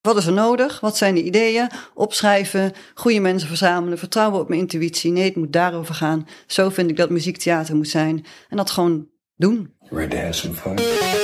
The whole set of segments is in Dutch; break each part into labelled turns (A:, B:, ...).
A: Wat is er nodig? Wat zijn de ideeën? Opschrijven, goede mensen verzamelen, vertrouwen op mijn intuïtie. Nee, het moet daarover gaan. Zo vind ik dat muziektheater moet zijn. En dat gewoon doen.
B: Ready to have some fun?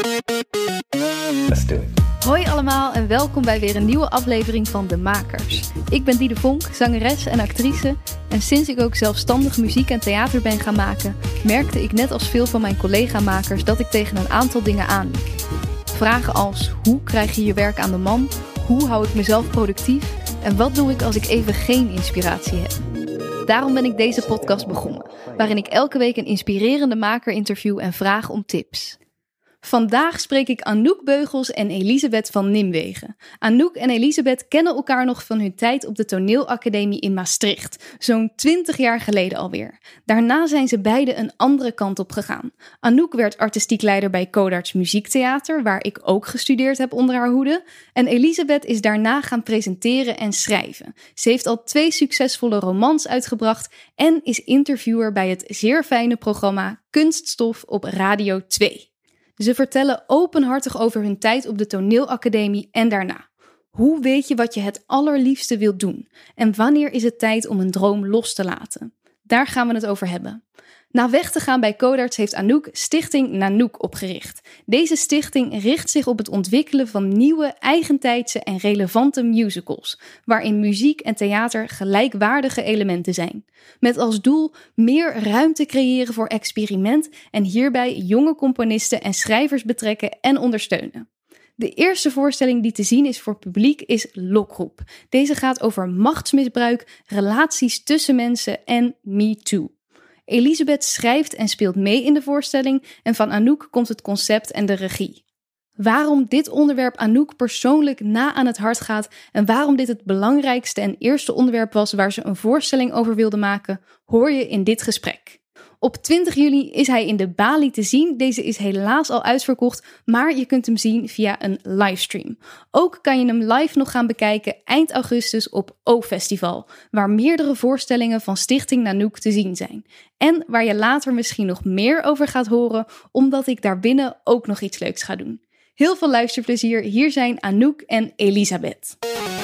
B: Let's do it.
C: Hoi allemaal en welkom bij weer een nieuwe aflevering van De Makers. Ik ben Diede Vonk, zangeres en actrice. En sinds ik ook zelfstandig muziek en theater ben gaan maken, merkte ik net als veel van mijn collega-makers dat ik tegen een aantal dingen aanliep. Vragen als: hoe krijg je je werk aan de man? Hoe hou ik mezelf productief? En wat doe ik als ik even geen inspiratie heb? Daarom ben ik deze podcast begonnen, waarin ik elke week een inspirerende maker interview en vraag om tips. Vandaag spreek ik Anouk Beugels en Elisabeth van Nimwegen. Anouk en Elisabeth kennen elkaar nog van hun tijd op de Toneelacademie in Maastricht. Zo'n 20 jaar geleden alweer. Daarna zijn ze beide een andere kant op gegaan. Anouk werd artistiek leider bij Codarts Muziektheater, waar ik ook gestudeerd heb onder haar hoede. En Elisabeth is daarna gaan presenteren en schrijven. Ze heeft al 2 succesvolle romans uitgebracht en is interviewer bij het zeer fijne programma Kunststof op Radio 2. Ze vertellen openhartig over hun tijd op de Toneelacademie en daarna. Hoe weet je wat je het allerliefste wilt doen? En wanneer is het tijd om een droom los te laten? Daar gaan we het over hebben. Na weg te gaan bij Codarts heeft Anouk Stichting Nanook opgericht. Deze stichting richt zich op het ontwikkelen van nieuwe, eigentijdse en relevante musicals, waarin muziek en theater gelijkwaardige elementen zijn. Met als doel meer ruimte creëren voor experiment en hierbij jonge componisten en schrijvers betrekken en ondersteunen. De eerste voorstelling die te zien is voor publiek is Lokroep. Deze gaat over machtsmisbruik, relaties tussen mensen en Me Too. Elisabeth schrijft en speelt mee in de voorstelling en van Anouk komt het concept en de regie. Waarom dit onderwerp Anouk persoonlijk na aan het hart gaat en waarom dit het belangrijkste en eerste onderwerp was waar ze een voorstelling over wilde maken, hoor je in dit gesprek. Op 20 juli is hij in de Bali te zien. Deze is helaas al uitverkocht, maar je kunt hem zien via een livestream. Ook kan je hem live nog gaan bekijken eind augustus op O-Festival, waar meerdere voorstellingen van Stichting Nanook te zien zijn. En waar je later misschien nog meer over gaat horen, omdat ik daarbinnen ook nog iets leuks ga doen. Heel veel luisterplezier. Hier zijn Anouk en Elisabeth.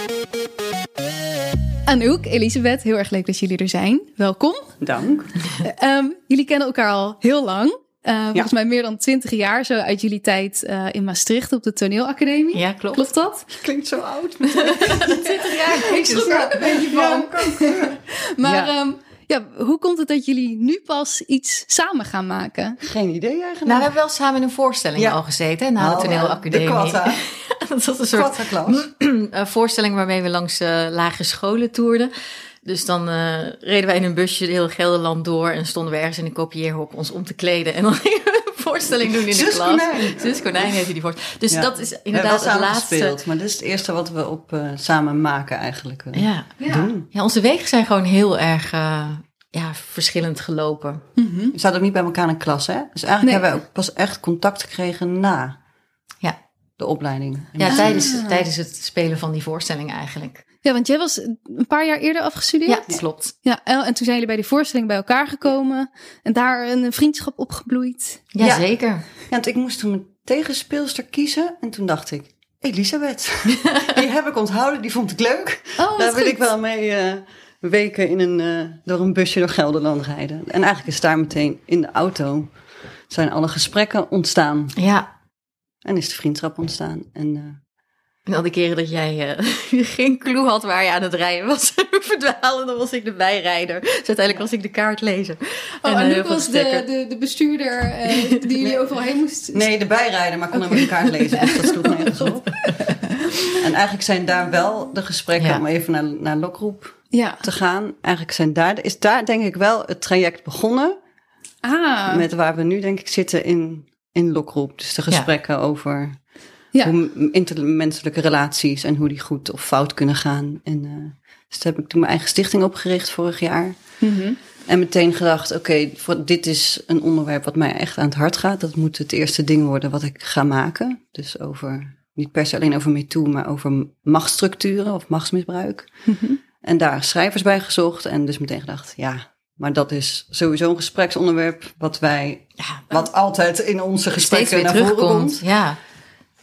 C: Anouk, Elisabeth, heel erg leuk dat jullie er zijn. Welkom.
A: Dank.
C: Jullie kennen elkaar al heel lang. Volgens mij meer dan 20 jaar, zo uit jullie tijd in Maastricht op de Toneelacademie.
D: Ja, klopt.
C: Klopt dat?
A: Klinkt zo oud.
C: 20 jaar, ik schrok er een beetje van. Maar hoe komt het dat jullie nu pas iets samen gaan maken?
A: Geen idee eigenlijk.
D: Nou, we hebben wel samen in een voorstelling al gezeten na de Toneelacademie.
A: De Quatta.
D: Dat was een soort voorstelling waarmee we langs lagere scholen toerden. Dus dan reden wij in een busje heel Gelderland door en stonden we ergens in een kopieerhok ons om te kleden. En dan gingen we een voorstelling doen in de klas. Zus Konijn heette die voorstelling. Dus dat is inderdaad het laatste.
A: Gespeeld, maar dit is het eerste wat we op samen maken eigenlijk doen.
D: Ja, onze wegen zijn gewoon heel erg verschillend gelopen.
A: We zaten ook niet bij elkaar in een klas, hè? Dus eigenlijk hebben we ook pas echt contact gekregen na de opleiding.
D: Ja, tijdens het spelen van die voorstelling eigenlijk.
C: Ja, want jij was een paar jaar eerder afgestudeerd.
D: Ja, klopt.
C: Ja, en toen zijn jullie bij die voorstelling bij elkaar gekomen en daar een vriendschap opgebloeid.
D: Ja, zeker.
A: Ja, want ik moest toen een tegenspeelster kiezen en toen dacht ik, Elisabeth, die heb ik onthouden, die vond ik leuk.
C: Oh,
A: daar wil ik wel mee weken door een busje door Gelderland rijden. En eigenlijk is daar meteen in de auto zijn alle gesprekken ontstaan.
D: Ja.
A: En is de vriendschap ontstaan. En
D: al die keren dat jij geen clue had waar je aan het rijden was verdwalen, dan was ik de bijrijder. Dus uiteindelijk was ik de kaartlezer.
C: Anouk was de bestuurder die jullie overal heen moest.
A: Nee, de bijrijder, maar kon hem de kaart lezen. Dus dat sloeg nergens op. En eigenlijk zijn daar wel de gesprekken om even naar Lokroep te gaan. Eigenlijk is daar denk ik wel het traject begonnen. Met waar we nu denk ik zitten in Lokroep. Dus de gesprekken over hoe intermenselijke relaties en hoe die goed of fout kunnen gaan. En dus heb ik toen mijn eigen stichting opgericht vorig jaar. Mm-hmm. En meteen gedacht, oké, dit is een onderwerp wat mij echt aan het hart gaat. Dat moet het eerste ding worden wat ik ga maken. Dus niet per se alleen over MeToo, maar over machtsstructuren of machtsmisbruik. Mm-hmm. En daar schrijvers bij gezocht en dus meteen gedacht, maar dat is sowieso een gespreksonderwerp wat altijd in onze gesprekken naar voren komt.
D: Ja.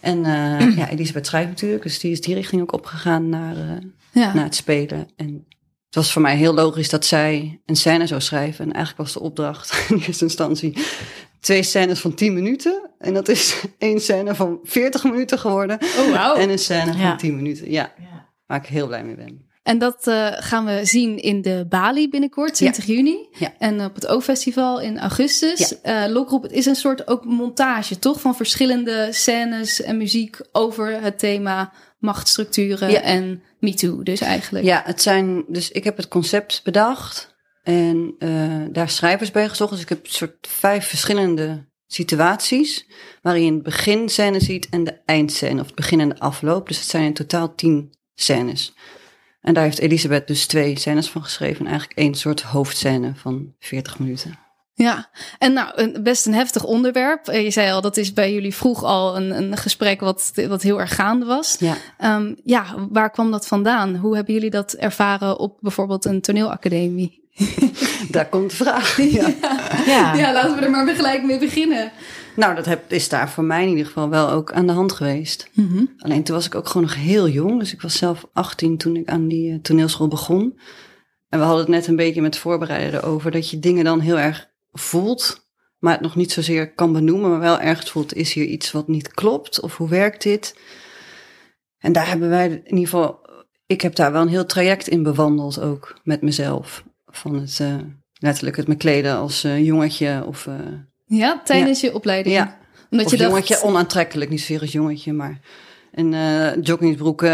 A: En Elisabeth schrijft natuurlijk, dus die is die richting ook opgegaan naar het spelen. En het was voor mij heel logisch dat zij een scène zou schrijven. En eigenlijk was de opdracht in eerste instantie 2 scènes van 10 minuten. En dat is 1 scène van 40 minuten geworden.
C: Oh, wow.
A: En een scène van 10 minuten, waar ik heel blij mee ben.
C: En dat gaan we zien in de Bali binnenkort, 20 juni. Ja. En op het O-festival in augustus. Ja. Lokroep, het is een soort ook montage, toch? Van verschillende scènes en muziek over het thema machtsstructuren en MeToo dus eigenlijk.
A: Ja, dus ik heb het concept bedacht en daar schrijvers bij gezocht. Dus ik heb een soort 5 verschillende situaties waarin je het begin scène ziet en de eindscène, of het begin en de afloop. Dus het zijn in totaal 10 scènes. En daar heeft Elisabeth dus 2 scènes van geschreven. En eigenlijk 1 soort hoofdscène van 40 minuten.
C: Ja, en best een heftig onderwerp. Je zei al, dat is bij jullie vroeg al een gesprek wat heel erg gaande was. Ja. Waar kwam dat vandaan? Hoe hebben jullie dat ervaren op bijvoorbeeld een toneelacademie?
A: Daar komt de vraag.
C: Ja, laten we er maar gelijk mee beginnen.
A: Nou, dat is daar voor mij in ieder geval wel ook aan de hand geweest. Mm-hmm. Alleen toen was ik ook gewoon nog heel jong. Dus ik was zelf 18 toen ik aan die toneelschool begon. En we hadden het net een beetje met voorbereiden over dat je dingen dan heel erg voelt, maar het nog niet zozeer kan benoemen, maar wel ergens voelt, is hier iets wat niet klopt? Of hoe werkt dit? En daar hebben wij in ieder geval, ik heb daar wel een heel traject in bewandeld ook met mezelf. Van het letterlijk het me kleden als jongetje of...
C: tijdens je opleiding?
A: Ja, omdat je jongetje onaantrekkelijk, niet zozeer als jongetje, maar joggingsbroeken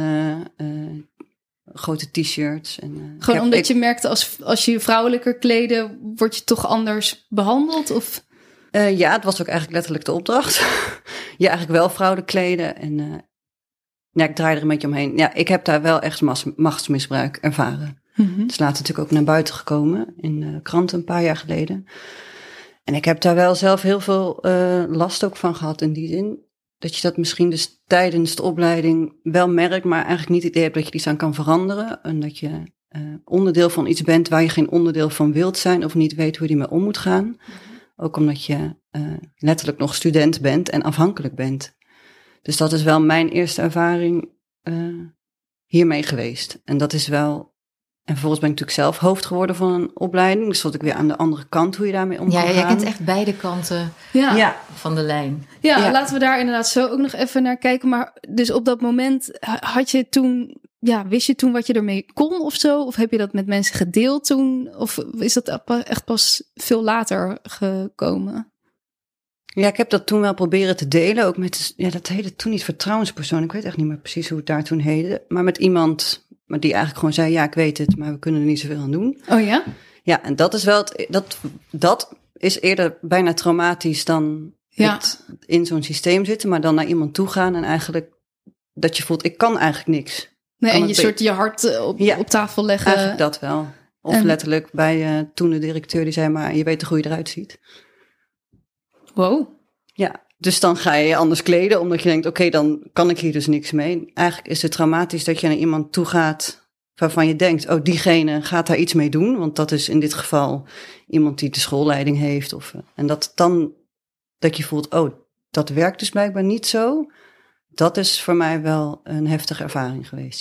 A: en grote t-shirts.
C: Gewoon omdat je merkte als je vrouwelijker kleden, word je toch anders behandeld? Of?
A: Het was ook eigenlijk letterlijk de opdracht. Je eigenlijk wel vrouwelijk kleden. En ik draai er een beetje omheen. Ja, ik heb daar wel echt machtsmisbruik ervaren. Mm-hmm. Het is later natuurlijk ook naar buiten gekomen in de kranten een paar jaar geleden. En ik heb daar wel zelf heel veel last ook van gehad in die zin. Dat je dat misschien dus tijdens de opleiding wel merkt, maar eigenlijk niet het idee hebt dat je iets aan kan veranderen. En dat je onderdeel van iets bent waar je geen onderdeel van wilt zijn of niet weet hoe je ermee om moet gaan. Mm-hmm. Ook omdat je letterlijk nog student bent en afhankelijk bent. Dus dat is wel mijn eerste ervaring hiermee geweest. En dat is wel... En vervolgens ben ik natuurlijk zelf hoofd geworden van een opleiding. Dus stond ik weer aan de andere kant hoe je daarmee om kan gaan.
D: Ja, jij kent echt beide kanten van de lijn.
C: Ja, laten we daar inderdaad zo ook nog even naar kijken. Maar dus op dat moment had je toen... Ja, wist je toen wat je ermee kon of zo? Of heb je dat met mensen gedeeld toen? Of is dat echt pas veel later gekomen?
A: Ja, ik heb dat toen wel proberen te delen. Ook met, dat heette toen niet vertrouwenspersoon. Ik weet echt niet meer precies hoe het daar toen heette. Maar met iemand... Maar die eigenlijk gewoon zei, ja, ik weet het, maar we kunnen er niet zoveel aan doen.
C: Oh ja?
A: Ja, en dat is wel dat is eerder bijna traumatisch dan het in zo'n systeem zitten, maar dan naar iemand toe gaan en eigenlijk dat je voelt, ik kan eigenlijk niks.
C: Nee, en je hart op tafel leggen.
A: Eigenlijk dat wel. Of letterlijk bij toen de directeur die zei, maar je weet toch hoe je eruit ziet.
C: Wow.
A: Ja. Dus dan ga je je anders kleden, omdat je denkt, oké, dan kan ik hier dus niks mee. Eigenlijk is het traumatisch dat je naar iemand toe gaat waarvan je denkt, oh, diegene gaat daar iets mee doen. Want dat is in dit geval iemand die de schoolleiding heeft. En dat je voelt, oh, dat werkt dus blijkbaar niet zo. Dat is voor mij wel een heftige ervaring geweest,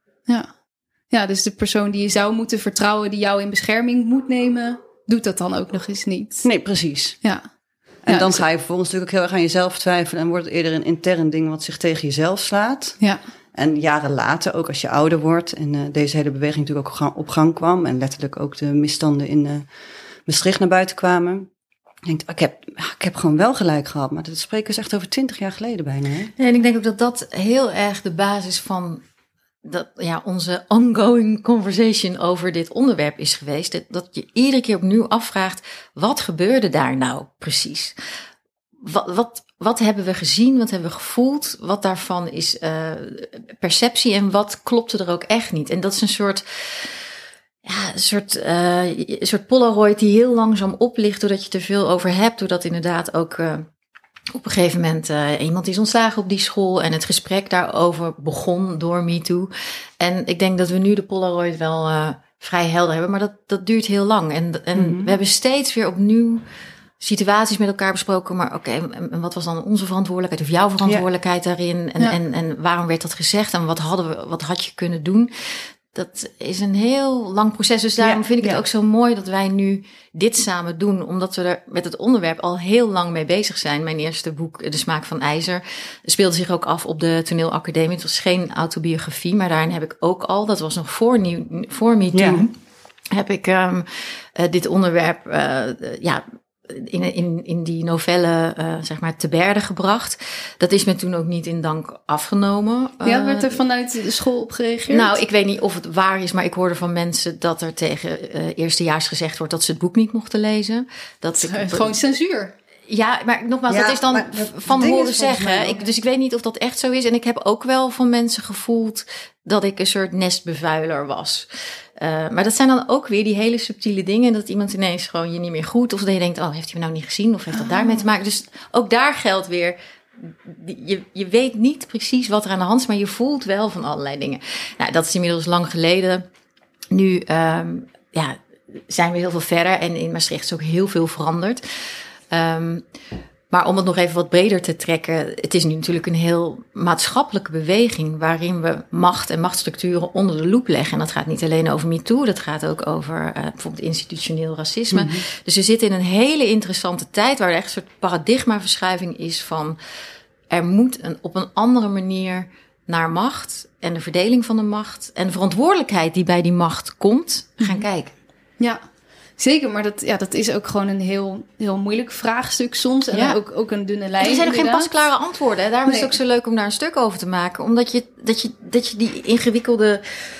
C: Ja, dus de persoon die je zou moeten vertrouwen, die jou in bescherming moet nemen, doet dat dan ook nog eens niet.
A: Nee, precies.
C: Ja.
A: En dan ga je vervolgens natuurlijk ook heel erg aan jezelf twijfelen en wordt het eerder een intern ding wat zich tegen jezelf slaat.
C: Ja.
A: En jaren later, ook als je ouder wordt en deze hele beweging natuurlijk ook op gang kwam en letterlijk ook de misstanden in Maastricht naar buiten kwamen. Ik denk, ik heb gewoon wel gelijk gehad, maar dat spreken we echt over 20 jaar geleden bijna. Hè?
D: Ja, en ik denk ook dat heel erg de basis van onze ongoing conversation over dit onderwerp is geweest. Dat je iedere keer opnieuw afvraagt, wat gebeurde daar nou precies? Wat hebben we gezien, wat hebben we gevoeld? Wat daarvan is perceptie en wat klopte er ook echt niet? En dat is een soort Polaroid die heel langzaam oplicht doordat je er veel over hebt. Doordat inderdaad ook op een gegeven moment iemand is ontslagen op die school en het gesprek daarover begon door MeToo. En ik denk dat we nu de Polaroid wel vrij helder hebben, maar dat duurt heel lang. En we hebben steeds weer opnieuw situaties met elkaar besproken. Maar oké, en wat was dan onze verantwoordelijkheid of jouw verantwoordelijkheid daarin? En waarom werd dat gezegd? En wat had je kunnen doen? Dat is een heel lang proces. Dus daarom vind ik het ook zo mooi dat wij nu dit samen doen. Omdat we er met het onderwerp al heel lang mee bezig zijn. Mijn eerste boek, De Smaak van IJzer, speelde zich ook af op de Toneelacademie. Het was geen autobiografie, maar daarin heb ik ook al, dat was nog voor MeToo, heb ik dit onderwerp in die novelle zeg maar te berde gebracht. Dat is me toen ook niet in dank afgenomen.
C: Werd er vanuit de school op gereageerd?
D: Nou, ik weet niet of het waar is, maar ik hoorde van mensen dat er tegen eerstejaars gezegd wordt dat ze het boek niet mochten lezen.
C: Gewoon censuur.
D: Ja, maar nogmaals, dat is dan van horen zeggen. Dus ik weet niet of dat echt zo is. En ik heb ook wel van mensen gevoeld dat ik een soort nestbevuiler was. Maar dat zijn dan ook weer die hele subtiele dingen. Dat iemand ineens gewoon je niet meer goed. Of dat je denkt, heeft hij me nou niet gezien? Of heeft dat daarmee te maken? Dus ook daar geldt weer, je weet niet precies wat er aan de hand is. Maar je voelt wel van allerlei dingen. Nou, dat is inmiddels lang geleden. Nu zijn we heel veel verder. En in Maastricht is ook heel veel veranderd. Maar om het nog even wat breder te trekken, het is nu natuurlijk een heel maatschappelijke beweging waarin we macht en machtsstructuren onder de loep leggen. En dat gaat niet alleen over MeToo, dat gaat ook over bijvoorbeeld institutioneel racisme. Mm-hmm. Dus we zitten in een hele interessante tijd waar er echt een soort paradigmaverschuiving is van er moet op een andere manier naar macht en de verdeling van de macht en de verantwoordelijkheid die bij die macht komt, gaan kijken.
C: Ja. Zeker, maar dat is ook gewoon een heel, heel moeilijk vraagstuk soms. En ook een dunne lijn.
D: Er zijn ook geen pasklare antwoorden. Hè? Daarom is het ook zo leuk om daar een stuk over te maken. Omdat je die ingewikkelde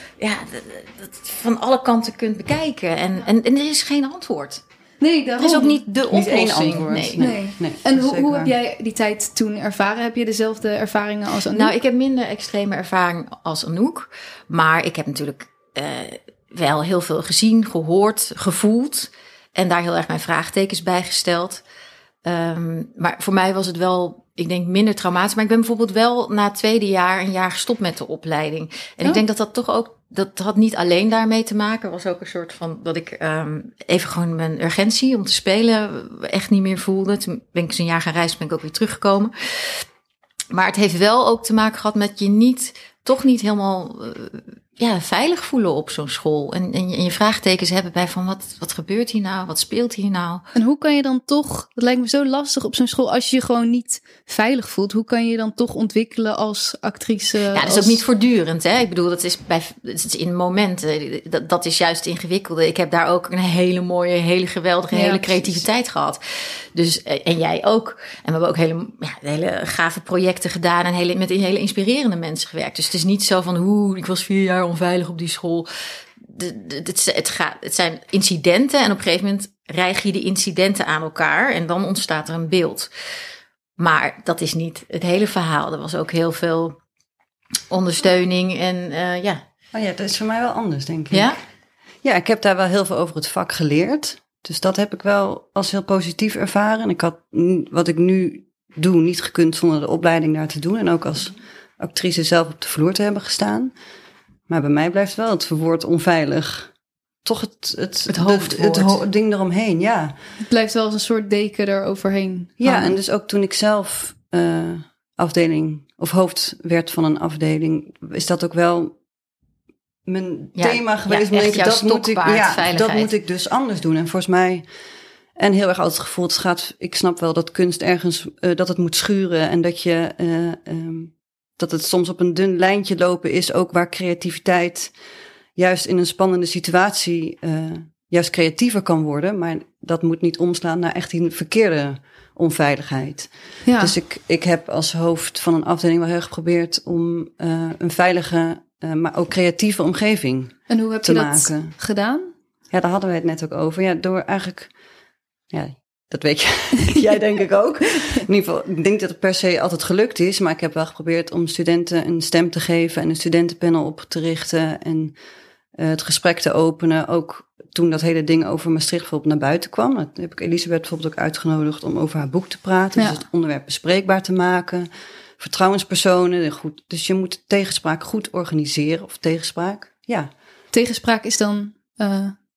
D: dat van alle kanten kunt bekijken. En er is geen antwoord.
C: Nee, daarom.
D: Er is ook niet de oplossing.
A: Niet één antwoord.
C: Nee. En hoe heb jij die tijd toen ervaren? Heb je dezelfde ervaringen als Anouk?
D: Nou, ik heb minder extreme ervaring als Anouk. Maar ik heb natuurlijk wel heel veel gezien, gehoord, gevoeld. En daar heel erg mijn vraagtekens bij gesteld. Maar voor mij was het wel, ik denk, minder traumatisch. Maar ik ben bijvoorbeeld wel na het tweede jaar een jaar gestopt met de opleiding. En ik denk dat toch ook, dat had niet alleen daarmee te maken. Er was ook een soort van, dat ik even gewoon mijn urgentie om te spelen echt niet meer voelde. Toen ben ik eens een jaar gaan reizen, ben ik ook weer teruggekomen. Maar het heeft wel ook te maken gehad met je toch niet helemaal veilig voelen op zo'n school. En je vraagtekens hebben bij van wat gebeurt hier nou? Wat speelt hier nou?
C: En hoe kan je dan toch, dat lijkt me zo lastig op zo'n school, als je je gewoon niet veilig voelt, hoe kan je dan toch ontwikkelen als actrice?
D: Ja, dat is ook niet voortdurend. Hè? Ik bedoel, het is in momenten. Dat is juist het ingewikkelde. Ik heb daar ook een hele mooie, hele geweldige, hele creativiteit gehad. Dus, en jij ook. En we hebben ook hele gave projecten gedaan en met hele inspirerende mensen gewerkt. Dus het is niet zo van, ik was 4 jaar onveilig op die school. Het zijn incidenten en op een gegeven moment rijg je die incidenten aan elkaar en dan ontstaat er een beeld. Maar dat is niet het hele verhaal. Er was ook heel veel ondersteuning en
A: Oh ja, dat is voor mij wel anders, denk ik.
D: Ja?
A: Ja, ik heb daar wel heel veel over het vak geleerd. Dus dat heb ik wel als heel positief ervaren. En ik had wat ik nu doe niet gekund zonder de opleiding daar te doen. En ook als actrice zelf op de vloer te hebben gestaan. Maar bij mij blijft wel het verwoord onveilig. Toch het hoofdwoord. Het ding eromheen, ja.
C: Het blijft wel als een soort deken eroverheen.
A: Ja, en dus ook toen ik zelf afdeling of hoofd werd van een afdeling, is dat ook wel mijn thema geweest.
D: Ja, echt
A: dat moet ik dus anders doen. En volgens mij, en heel erg altijd gevoeld, ik snap wel dat kunst ergens, dat het moet schuren en dat je dat het soms op een dun lijntje lopen is, ook waar creativiteit juist in een spannende situatie juist creatiever kan worden. Maar dat moet niet omslaan naar echt die verkeerde onveiligheid. Ja. Dus ik heb als hoofd van een afdeling wel heel erg geprobeerd om een veilige, maar ook creatieve omgeving te maken.
C: En hoe heb je dat gedaan?
A: Ja, daar hadden we het net ook over. Ja, door eigenlijk, dat weet je, jij denk ik ook. In ieder geval, ik denk dat het per se altijd gelukt is. Maar ik heb wel geprobeerd om studenten een stem te geven en een studentenpanel op te richten en het gesprek te openen. Ook toen dat hele ding over Maastricht bijvoorbeeld naar buiten kwam. Dat heb ik Elisabeth bijvoorbeeld ook uitgenodigd om over haar boek te praten. Ja. Dus het onderwerp bespreekbaar te maken. Vertrouwenspersonen. Goed. Dus je moet tegenspraak goed organiseren. Of tegenspraak, ja.
C: Tegenspraak is dan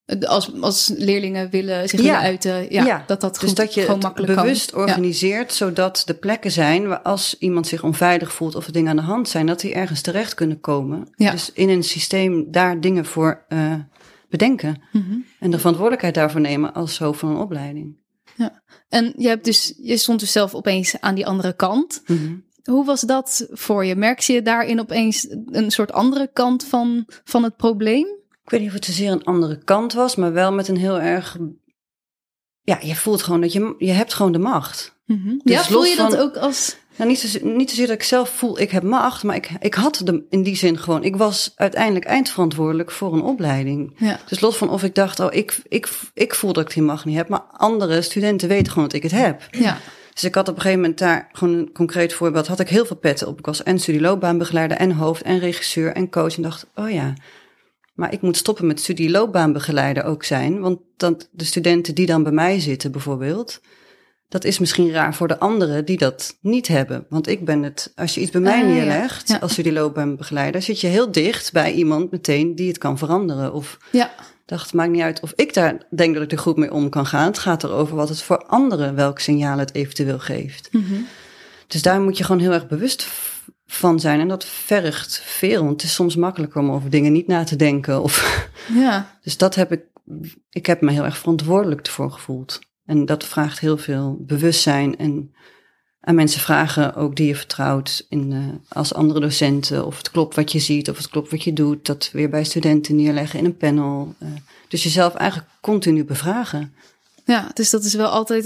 C: Als leerlingen zich willen uiten, dat goed,
A: dus dat je
C: gewoon makkelijk
A: bewust organiseert, zodat de plekken zijn waar als iemand zich onveilig voelt of er dingen aan de hand zijn, dat die ergens terecht kunnen komen. Ja. Dus in een systeem daar dingen voor bedenken en de verantwoordelijkheid daarvoor nemen als hoofd van een opleiding. Ja.
C: En je stond dus zelf opeens aan die andere kant. Hoe was dat voor je? Merkte je daarin opeens een soort andere kant van het probleem?
A: Ik weet niet of het zozeer een andere kant was, maar wel met een heel erg... Ja, je voelt gewoon dat je hebt gewoon de macht.
C: Dus voel je dat ook als...
A: Nou, niet zozeer dat ik zelf voel, ik heb macht, maar ik had in die zin gewoon... Ik was uiteindelijk eindverantwoordelijk voor een opleiding. Ja. Dus los van of ik dacht, ik voel dat ik die macht niet heb, maar andere studenten weten gewoon dat ik het heb. Ja. Dus ik had op een gegeven moment daar gewoon een concreet voorbeeld, had ik heel veel petten op. Ik was en studieloopbaanbegeleider en hoofd en regisseur en coach en dacht, maar ik moet stoppen met studieloopbaanbegeleider ook zijn. Want de studenten die dan bij mij zitten bijvoorbeeld, dat is misschien raar voor de anderen die dat niet hebben. Want ik ben het, als je iets bij mij neerlegt als studieloopbaanbegeleider, zit je heel dicht bij iemand meteen die het kan veranderen. Of dacht, het maakt niet uit of ik daar denk dat ik er goed mee om kan gaan. Het gaat erover wat het voor anderen, welk signaal het eventueel geeft. Dus daar moet je gewoon heel erg bewust van zijn. En dat vergt veel. Want het is soms makkelijker om over dingen niet na te denken. Dus dat ik heb me heel erg verantwoordelijk ervoor gevoeld. En dat vraagt heel veel bewustzijn. En aan mensen vragen, ook die je vertrouwt, als andere docenten. Of het klopt wat je ziet, of het klopt wat je doet. Dat weer bij studenten neerleggen in een panel. Dus jezelf eigenlijk continu bevragen.
C: Ja, dus dat is wel altijd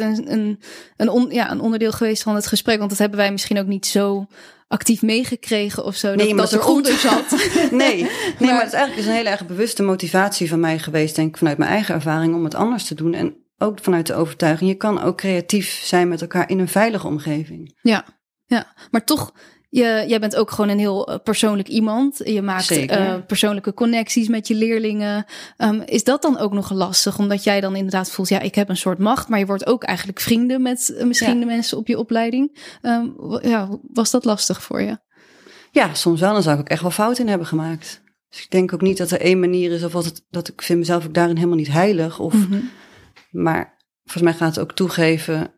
C: een onderdeel geweest van het gesprek. Want dat hebben wij misschien ook niet zo actief meegekregen of zo.
A: Nee,
C: dat eronder zat.
A: Nee, maar het is eigenlijk een hele erg bewuste motivatie van mij geweest, denk ik, vanuit mijn eigen ervaring om het anders te doen. En ook vanuit de overtuiging, je kan ook creatief zijn met elkaar in een veilige omgeving. Ja,
C: maar toch, jij bent ook gewoon een heel persoonlijk iemand. Je maakt persoonlijke connecties met je leerlingen. Is dat dan ook nog lastig? Omdat jij dan inderdaad voelt, ik heb een soort macht, maar je wordt ook eigenlijk vrienden met misschien de mensen op je opleiding. Was dat lastig voor je?
A: Ja, soms wel. Dan zou ik ook echt wel fouten in hebben gemaakt. Dus ik denk ook niet dat er één manier is, of dat ik vind mezelf ook daarin helemaal niet heilig. Maar volgens mij gaat het ook toegeven,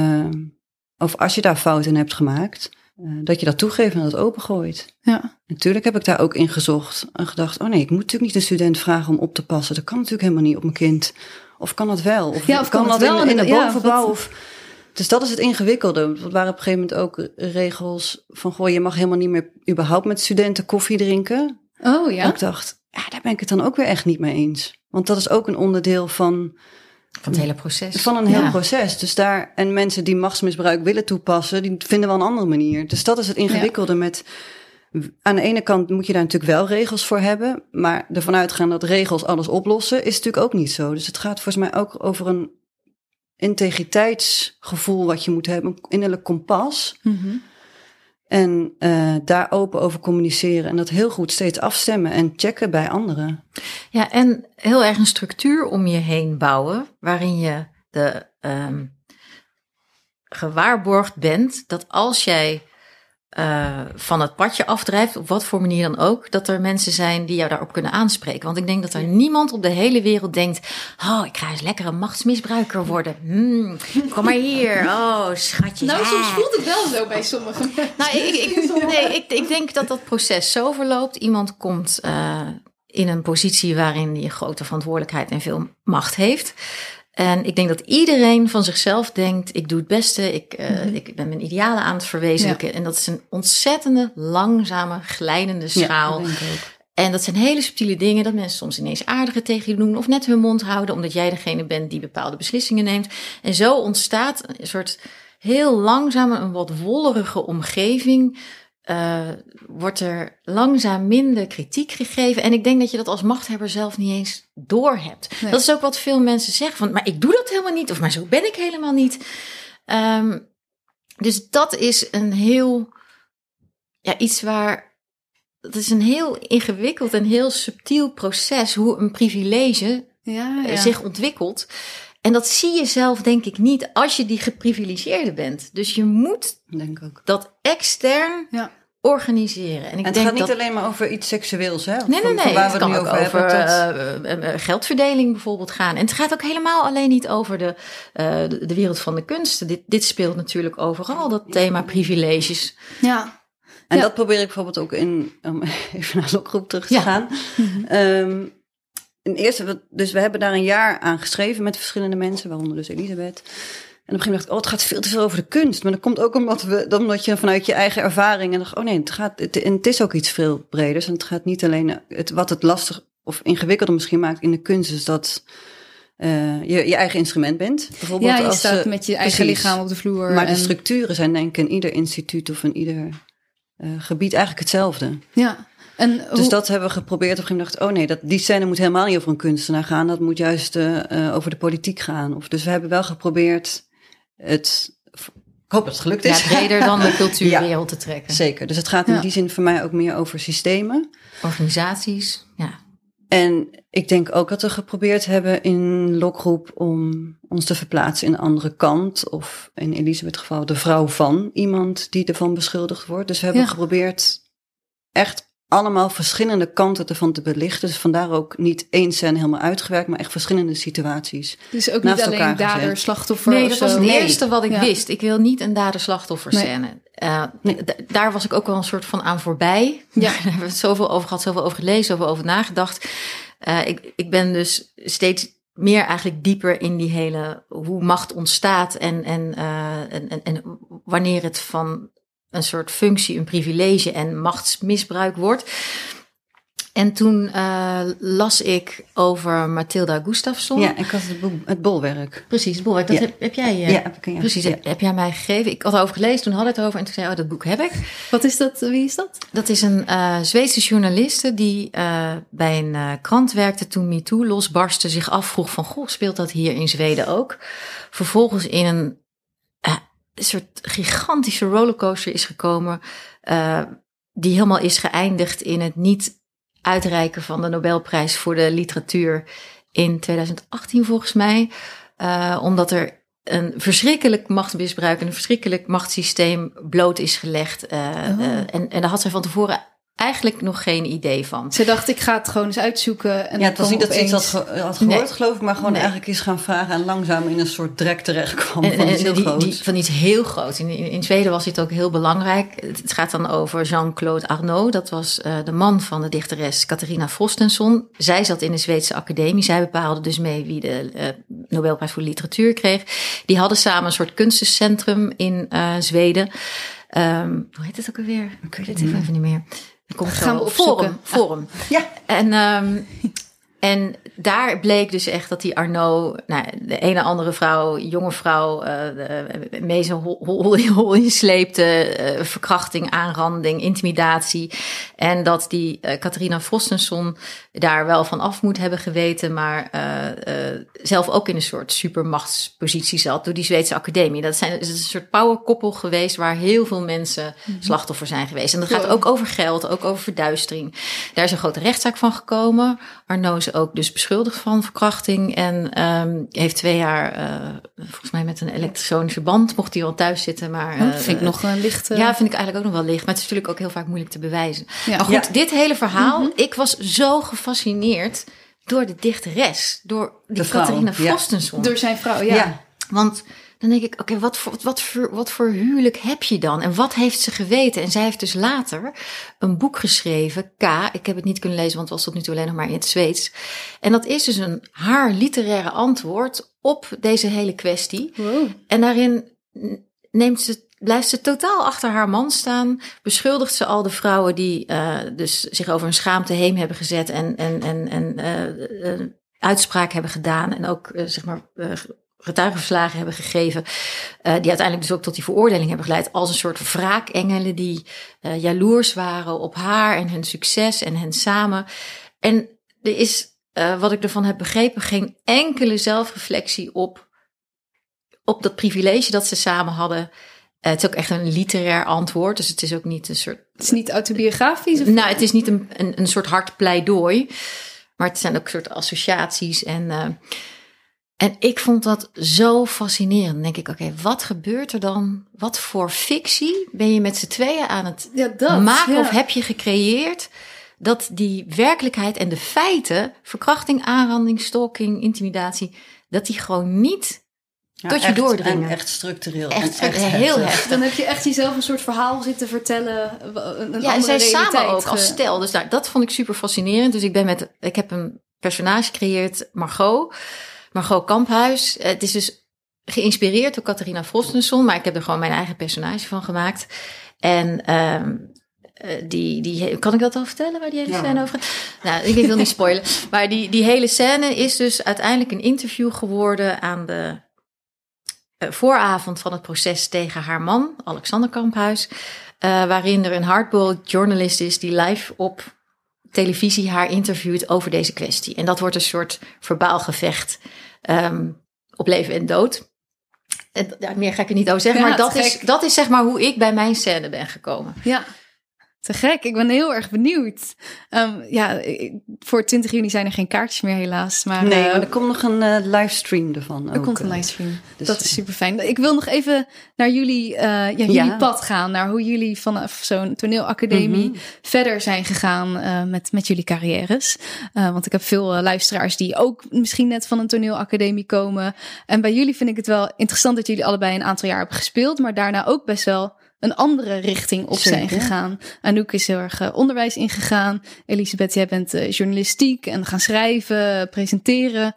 A: of als je daar fouten in hebt gemaakt, dat je dat toegeeft en dat opengooit. Ja. Natuurlijk heb ik daar ook in gezocht en gedacht, ik moet natuurlijk niet een student vragen om op te passen. Dat kan natuurlijk helemaal niet op mijn kind. Of kan dat wel? Of kan dat wel in de bovenbouw? Dus dat is het ingewikkelde. Er waren op een gegeven moment ook regels van, je mag helemaal niet meer überhaupt met studenten koffie drinken. Oh ja. En ik dacht, daar ben ik het dan ook weer echt niet mee eens. Want dat is ook een onderdeel van
D: het hele proces.
A: Van een heel proces. Dus en mensen die machtsmisbruik willen toepassen, die vinden wel een andere manier. Dus dat is het ingewikkelde met, aan de ene kant moet je daar natuurlijk wel regels voor hebben, maar ervan uitgaan dat regels alles oplossen, is natuurlijk ook niet zo. Dus het gaat volgens mij ook over een integriteitsgevoel wat je moet hebben, een innerlijk kompas. En daar open over communiceren en dat heel goed steeds afstemmen en checken bij anderen.
D: Ja, en heel erg een structuur om je heen bouwen, waarin je gewaarborgd bent dat als jij van het padje afdrijft, op wat voor manier dan ook, dat er mensen zijn die jou daarop kunnen aanspreken. Want ik denk dat er niemand op de hele wereld denkt, ik ga eens lekker een machtsmisbruiker worden. Kom maar hier. Oh, schatje.
C: Nou, soms voelt het wel zo bij sommigen.
D: Ik denk dat dat proces zo verloopt. Iemand komt in een positie waarin hij grote verantwoordelijkheid en veel macht heeft. En ik denk dat iedereen van zichzelf denkt, ik doe het beste, ik ben mijn idealen aan het verwezenlijken. Ja. En dat is een ontzettende, langzame, glijdende schaal. Ja, en dat zijn hele subtiele dingen, dat mensen soms ineens aardiger tegen je doen of net hun mond houden, omdat jij degene bent die bepaalde beslissingen neemt. En zo ontstaat een soort heel langzame, een wat wollerige omgeving. Wordt er langzaam minder kritiek gegeven. En ik denk dat je dat als machthebber zelf niet eens doorhebt. Nee. Dat is ook wat veel mensen zeggen. Maar ik doe dat helemaal niet. Of maar zo ben ik helemaal niet. Dus dat is een heel... iets waar... Dat is een heel ingewikkeld en heel subtiel proces. Hoe een privilege zich ontwikkelt. En dat zie je zelf denk ik niet als je die geprivilegeerde bent. Dus je moet
A: denk ook
D: dat extern organiseren.
A: En het gaat niet alleen maar over iets seksueels, hè?
D: Nee.
A: Van waar we het nu over
D: hebben. Geldverdeling bijvoorbeeld gaan. En het gaat ook helemaal alleen niet over de wereld van de kunsten. Dit speelt natuurlijk overal, dat thema privileges.
C: Ja.
A: En dat probeer ik bijvoorbeeld ook om even naar Lokgroep terug te gaan. Dus we hebben daar een jaar aan geschreven met verschillende mensen, waaronder dus Elisabeth. En op een gegeven moment dacht ik, het gaat veel te veel over de kunst. Maar dat komt ook omdat je vanuit je eigen ervaring... en dacht, het is ook iets veel breders. En het gaat niet alleen... wat het lastig of ingewikkelder misschien maakt in de kunst... is dat je eigen instrument bent. Bijvoorbeeld
C: je staat met je eigen lichaam op de vloer.
A: Maar de structuren zijn denk ik in ieder instituut of in ieder gebied eigenlijk hetzelfde.
C: Ja.
A: Dus dat hebben we geprobeerd. Op een gegeven moment dacht die scène moet helemaal niet over een kunstenaar gaan. Dat moet juist over de politiek gaan. Dus we hebben wel geprobeerd... Ik hoop dat het gelukt is.
D: Ja, breder dan de cultuurwereld te trekken.
A: Zeker. Dus het gaat in die zin voor mij ook meer over systemen.
D: Organisaties, ja.
A: En ik denk ook dat we geprobeerd hebben in Lokgroep om ons te verplaatsen in een andere kant. Of in Elisabeth's geval de vrouw van iemand die ervan beschuldigd wordt. Dus we hebben geprobeerd echt allemaal verschillende kanten ervan te belichten. Dus vandaar ook niet één scène helemaal uitgewerkt, maar echt verschillende situaties.
C: Dus ook niet alleen dader, slachtoffer.
D: Nee, dat was het eerste wat ik wist. Ik wil niet een dader-slachtoffer scène. Daar was ik ook wel een soort van aan voorbij. Ja. Daar hebben we het zoveel over gehad, zoveel over gelezen, zoveel over nagedacht. Ik ben dus steeds meer eigenlijk dieper in die hele hoe macht ontstaat en wanneer het van een soort functie, een privilege en machtsmisbruik wordt. En toen las ik over Mathilda Gustafsson.
A: Ja, ik had het bolwerk.
D: Precies, het bolwerk. Dat heb jij... heb jij mij gegeven. Ik had erover gelezen, toen hadden we het over. En toen zei dat boek heb ik.
C: Wat is dat? Wie is dat?
D: Dat is een Zweedse journaliste die bij een krant werkte toen MeToo losbarstte. Zich afvroeg van, speelt dat hier in Zweden ook? Vervolgens in een soort gigantische rollercoaster is gekomen. Die helemaal is geëindigd in het niet uitreiken van de Nobelprijs voor de literatuur in 2018 volgens mij. Omdat er een verschrikkelijk machtsmisbruik en een verschrikkelijk machtssysteem bloot is gelegd. En daar had zij van tevoren eigenlijk nog geen idee van.
C: Ze dacht, ik ga het gewoon eens uitzoeken. En
A: het was niet dat ze iets had gehoord, geloof ik, maar gewoon eigenlijk eens gaan vragen en langzaam in een soort drek terechtkwam van iets heel groots.
D: Van iets heel groots. In Zweden was dit ook heel belangrijk. Het gaat dan over Jean-Claude Arnault. Dat was de man van de dichteres Katarina Frostenson. Zij zat in de Zweedse academie. Zij bepaalde dus mee wie de Nobelprijs voor de literatuur kreeg. Die hadden samen een soort kunstencentrum in Zweden. Hoe heet het ook alweer? Ik weet het even niet meer.
C: Gaan we opzoeken.
D: Forum.
A: Ja.
D: En daar bleek dus echt dat die Arnault, de ene andere vrouw, jonge vrouw, mee zijn hol insleepte, verkrachting, aanranding, intimidatie. En dat die Katarina Frostenson daar wel van af moet hebben geweten, maar zelf ook in een soort supermachtspositie zat door die Zweedse academie. Dat is een soort powerkoppel geweest waar heel veel mensen slachtoffer zijn geweest. En dat gaat ook over geld, ook over verduistering. Daar is een grote rechtszaak van gekomen. Arnault is ook dus beschuldigd van verkrachting en heeft 2 jaar, volgens mij met een elektronische band, mocht hij wel thuis zitten. Maar
C: dat vind ik nog een licht.
D: Ja, vind ik eigenlijk ook nog wel licht. Maar het is natuurlijk ook heel vaak moeilijk te bewijzen. Ja. Maar goed, dit hele verhaal, ik was zo gefascineerd door de dichteres, door die Katarina Frostenson.
C: Door zijn vrouw, ja.
D: Want dan denk ik, oké, wat voor huwelijk heb je dan? En wat heeft ze geweten? En zij heeft dus later een boek geschreven, K. Ik heb het niet kunnen lezen, want het was tot nu toe alleen nog maar in het Zweeds. En dat is dus haar literaire antwoord op deze hele kwestie.
C: Wow.
D: En daarin blijft ze totaal achter haar man staan. Beschuldigt ze al de vrouwen die dus zich over hun schaamte heen hebben gezet en uitspraak hebben gedaan. En ook getuigenverslagen hebben gegeven, die uiteindelijk dus ook tot die veroordeling hebben geleid, als een soort wraakengelen die jaloers waren op haar en hun succes en hen samen. En er is, wat ik ervan heb begrepen, geen enkele zelfreflectie op dat privilege dat ze samen hadden. Het is ook echt een literair antwoord, dus het is ook niet een soort...
C: Het is niet autobiografisch? Of?
D: Nou, het is niet een soort hard pleidooi, maar het zijn ook soort associaties en... En ik vond dat zo fascinerend. Dan denk ik, oké, wat gebeurt er dan? Wat voor fictie ben je met z'n tweeën aan het maken of heb je gecreëerd? Dat die werkelijkheid en de feiten, verkrachting, aanranding, stalking, intimidatie, dat die gewoon niet tot je doordringen.
A: En echt structureel.
D: Echt heel heftig.
C: Dan heb je echt jezelf een soort verhaal zitten vertellen.
D: En zij samen ook als stel. Dus dat vond ik super fascinerend. Dus ik heb een personage gecreëerd, Margot Kamphuis. Het is dus geïnspireerd door Catharina Frostenson, maar ik heb er gewoon mijn eigen personage van gemaakt. En die kan ik dat al vertellen waar die hele scène over gaat? Nou, ik wil niet spoilen. Maar die hele scène is dus uiteindelijk een interview geworden aan de vooravond van het proces tegen haar man, Alexander Kamphuis. Waarin er een hardboiled journalist is die live op televisie haar interviewt over deze kwestie. En dat wordt een soort verbaal gevecht op leven en dood. En, meer ga ik er niet over zeggen, maar dat is zeg maar hoe ik bij mijn scène ben gekomen.
C: Ja. Te gek, ik ben heel erg benieuwd. Voor 20 juni zijn er geen kaartjes meer helaas. Maar,
A: maar er komt nog een livestream ervan.
C: Er komt een livestream, dus dat is super fijn. Ik wil nog even naar jullie pad gaan. Naar hoe jullie vanaf zo'n toneelacademie verder zijn gegaan met jullie carrières. Want ik heb veel luisteraars die ook misschien net van een toneelacademie komen. En bij jullie vind ik het wel interessant dat jullie allebei een aantal jaar hebben gespeeld. Maar daarna ook best wel een andere richting op zijn gegaan. Anouk is heel erg onderwijs ingegaan. Elisabeth, jij bent journalistiek en gaan schrijven, presenteren.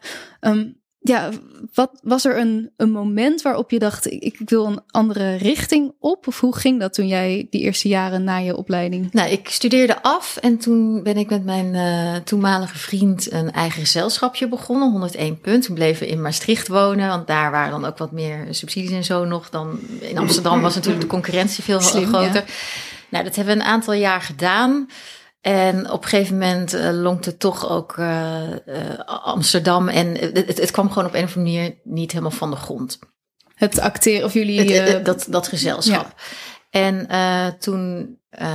C: Wat was er een moment waarop je dacht, ik wil een andere richting op? Of hoe ging dat toen jij die eerste jaren na je opleiding?
D: Nou, ik studeerde af en toen ben ik met mijn toenmalige vriend een eigen gezelschapje begonnen, 101 Punt. Toen bleven we in Maastricht wonen, want daar waren dan ook wat meer subsidies en zo nog. Dan in Amsterdam was natuurlijk de concurrentie veel groter. Ja. Nou, dat hebben we een aantal jaar gedaan. En op een gegeven moment lonkte toch ook Amsterdam. En het kwam gewoon op een of andere manier niet helemaal van de grond.
C: Het acteren of jullie...
D: Dat gezelschap. Ja. En toen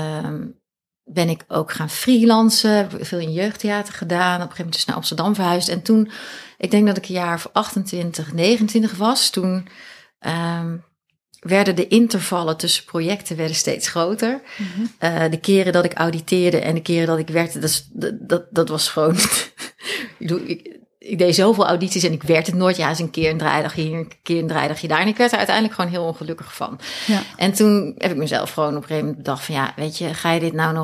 D: ben ik ook gaan freelancen. Veel in jeugdtheater gedaan. Op een gegeven moment dus naar Amsterdam verhuisd. En toen, ik denk dat ik een jaar of 28, 29 was. Toen werden de intervallen tussen projecten werden steeds groter. Mm-hmm. De keren dat ik auditeerde en de keren dat ik werkte, dat was gewoon... ik deed zoveel audities en ik werd het nooit. Ja, eens een keer een draaidag hier, een keer een draaidagje daar. En ik werd er uiteindelijk gewoon heel ongelukkig van. Ja. En toen heb ik mezelf gewoon op een gegeven moment bedacht van... ja, weet je, ga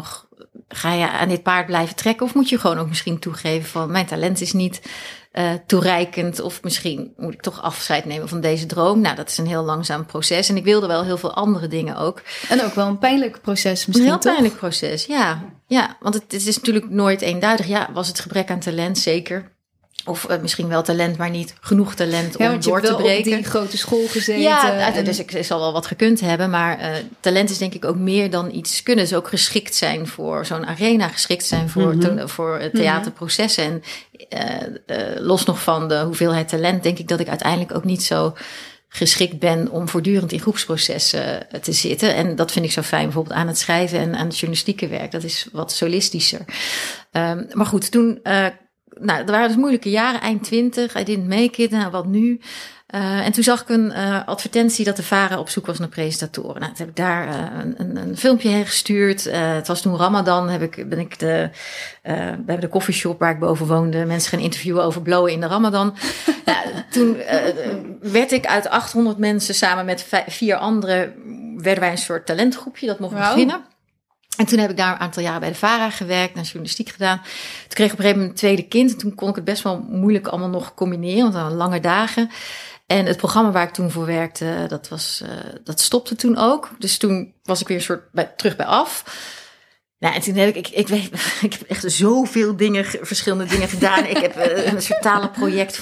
D: je aan dit paard blijven trekken? Of moet je gewoon ook misschien toegeven van... mijn talent is niet toereikend... of misschien moet ik toch afscheid nemen van deze droom. Nou, dat is een heel langzaam proces. En ik wilde wel heel veel andere dingen ook.
C: En ook wel een pijnlijk proces misschien,
D: een heel pijnlijk proces, ja. Ja, want het is natuurlijk nooit eenduidig. Ja, was het gebrek aan talent, zeker... Of misschien wel talent, maar niet genoeg talent om door te breken. Ja, want je hebt wel op
C: die grote school gezeten.
D: Ja, dus ik zal wel wat gekund hebben. Maar talent is denk ik ook meer dan iets kunnen. Dus ook geschikt zijn voor zo'n arena. Geschikt zijn voor theaterprocessen. En los nog van de hoeveelheid talent... denk ik dat ik uiteindelijk ook niet zo geschikt ben... om voortdurend in groepsprocessen te zitten. En dat vind ik zo fijn bijvoorbeeld aan het schrijven... en aan het journalistieke werk. Dat is wat solistischer. Maar goed, toen... Nou, er waren dus moeilijke jaren, eind 20. I didn't make it. Nou, wat nu? En toen zag ik een advertentie dat de VARA op zoek was naar presentatoren. Nou, toen heb ik daar een filmpje heen gestuurd. Het was toen Ramadan. We hebben de coffeeshop waar ik boven woonde. Mensen gaan interviewen over blowen in de Ramadan. Nou, toen werd ik uit 800 mensen samen met 4 anderen... werden wij een soort talentgroepje. Dat mocht beginnen. En toen heb ik daar een aantal jaren bij de VARA gewerkt, naar journalistiek gedaan. Toen kreeg ik op een gegeven moment een tweede kind. En toen kon ik het best wel moeilijk allemaal nog combineren, want dat waren lange dagen. En het programma waar ik toen voor werkte, dat stopte toen ook. Dus toen was ik weer een soort terug bij af. Nou, en toen heb ik heb echt zoveel verschillende dingen gedaan. Ik heb een soort talenproject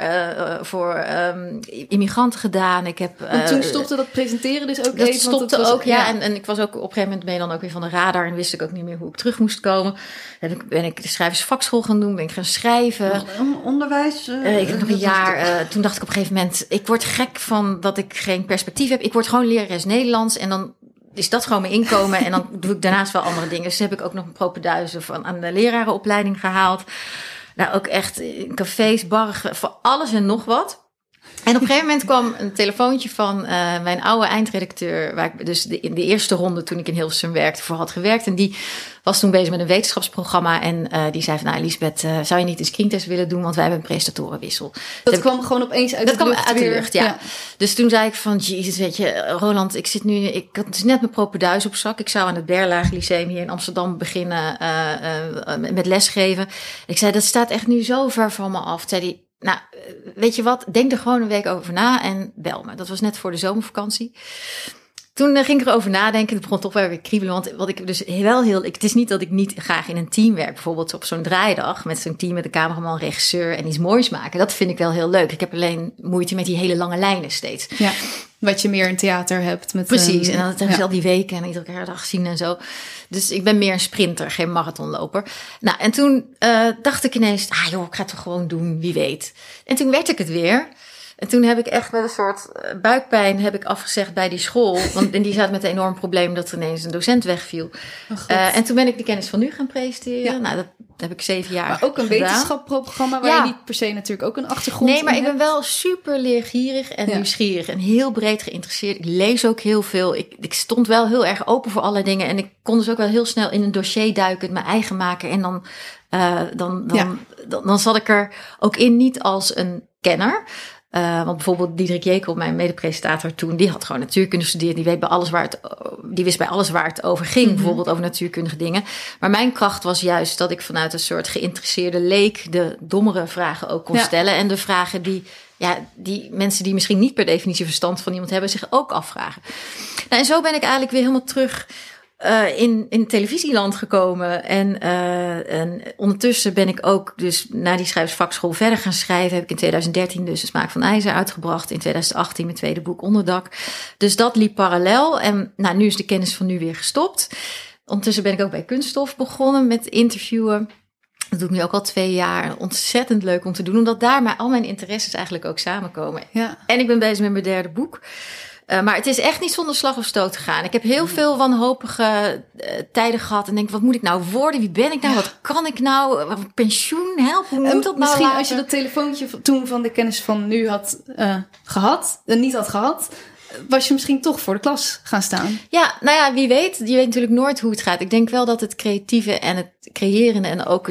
D: voor immigranten gedaan.
C: En toen stopte dat presenteren dus ook
D: dat
C: even?
D: Stopte ook, ja. En ik was ook op een gegeven moment ben je dan ook weer van de radar en wist ik ook niet meer hoe ik terug moest komen. Ben ik de schrijversvakschool gaan doen, ben ik gaan schrijven.
A: Onderwijs?
D: Ik heb nog een jaar, toen dacht ik op een gegeven moment, ik word gek van dat ik geen perspectief heb. Ik word gewoon lerares Nederlands en dan is dat gewoon mijn inkomen. En dan doe ik daarnaast wel andere dingen. Dus heb ik ook nog een propeduizen aan de lerarenopleiding gehaald. Nou, ook echt cafés, barren, voor alles en nog wat. En op een gegeven moment kwam een telefoontje van mijn oude eindredacteur, waar ik dus de eerste ronde toen ik in Hilversum werkte voor had gewerkt. En die was toen bezig met een wetenschapsprogramma. En die zei van, nou Liesbeth, zou je niet een screentest willen doen? Want wij hebben een presentatorenwissel.
C: Dat kwam gewoon opeens uit de lucht. Dat kwam
D: uit de lucht, ja. Dus toen zei ik van, jezus, weet je, Roland, ik had dus net mijn propenduis op zak. Ik zou aan het Berlage Lyceum hier in Amsterdam beginnen met lesgeven. Ik zei, dat staat echt nu zo ver van me af. Zei hij, nou, weet je wat, denk er gewoon een week over na en bel me. Dat was net voor de zomervakantie. Toen ging ik erover nadenken. Het begon toch wel weer kriebelen. Want wat ik dus het is niet dat ik niet graag in een team werk. Bijvoorbeeld op zo'n draaidag met zo'n team met een cameraman, regisseur en iets moois maken. Dat vind ik wel heel leuk. Ik heb alleen moeite met die hele lange lijnen steeds.
C: Ja, wat je meer in theater hebt. Met,
D: precies, en dan hebben ze al die weken en iedere dag zien en zo. Dus ik ben meer een sprinter, geen marathonloper. Nou, en toen dacht ik ineens, ik ga het toch gewoon doen, wie weet. En toen werd ik het weer. En toen heb ik echt met een soort buikpijn afgezegd bij die school. En die zat met een enorm probleem dat er ineens een docent wegviel. En toen ben ik de Kennis van Nu gaan presenteren. Ja. Nou, dat heb ik 7 jaar
C: Maar ook een wetenschapprogramma waar je niet per se natuurlijk ook een achtergrond in hebt.
D: Nee, maar ik ben wel super leergierig en nieuwsgierig. En heel breed geïnteresseerd. Ik lees ook heel veel. Ik stond wel heel erg open voor allerlei dingen. En ik kon dus ook wel heel snel in een dossier duiken, mijn eigen maken. En dan zat ik er ook in niet als een kenner. Want bijvoorbeeld Diederik Jekel, mijn medepresentator toen, die had gewoon natuurkunde gestudeerd. Die wist bij alles waar het over ging, bijvoorbeeld over natuurkundige dingen. Maar mijn kracht was juist dat ik vanuit een soort geïnteresseerde leek de dommere vragen ook kon stellen. En de vragen die mensen die misschien niet per definitie verstand van iemand hebben, zich ook afvragen. Nou, en zo ben ik eigenlijk weer helemaal terug in televisieland gekomen. En ondertussen ben ik ook dus na die schrijversvakschool verder gaan schrijven. Heb ik in 2013 dus De Smaak van IJzer uitgebracht. In 2018 mijn tweede boek Onderdak. Dus dat liep parallel. En nou, nu is de Kennis van Nu weer gestopt. Ondertussen ben ik ook bij Kunststof begonnen met interviewen. Dat doe ik nu ook al 2 jaar. Ontzettend leuk om te doen. Omdat daar al mijn interesses eigenlijk ook samenkomen. Ja. En ik ben bezig met mijn 3e boek. Maar het is echt niet zonder slag of stoot gegaan. Ik heb heel veel wanhopige tijden gehad. En denk, wat moet ik nou worden? Wie ben ik nou? Wat kan ik nou? Pensioen? Help, hoe moet dat nou?
C: Misschien als je dat telefoontje toen van de Kennis van Nu had gehad. En niet had gehad. Was je misschien toch voor de klas gaan staan?
D: Ja, nou ja, wie weet. Je weet natuurlijk nooit hoe het gaat. Ik denk wel dat het creatieve en het creërende en ook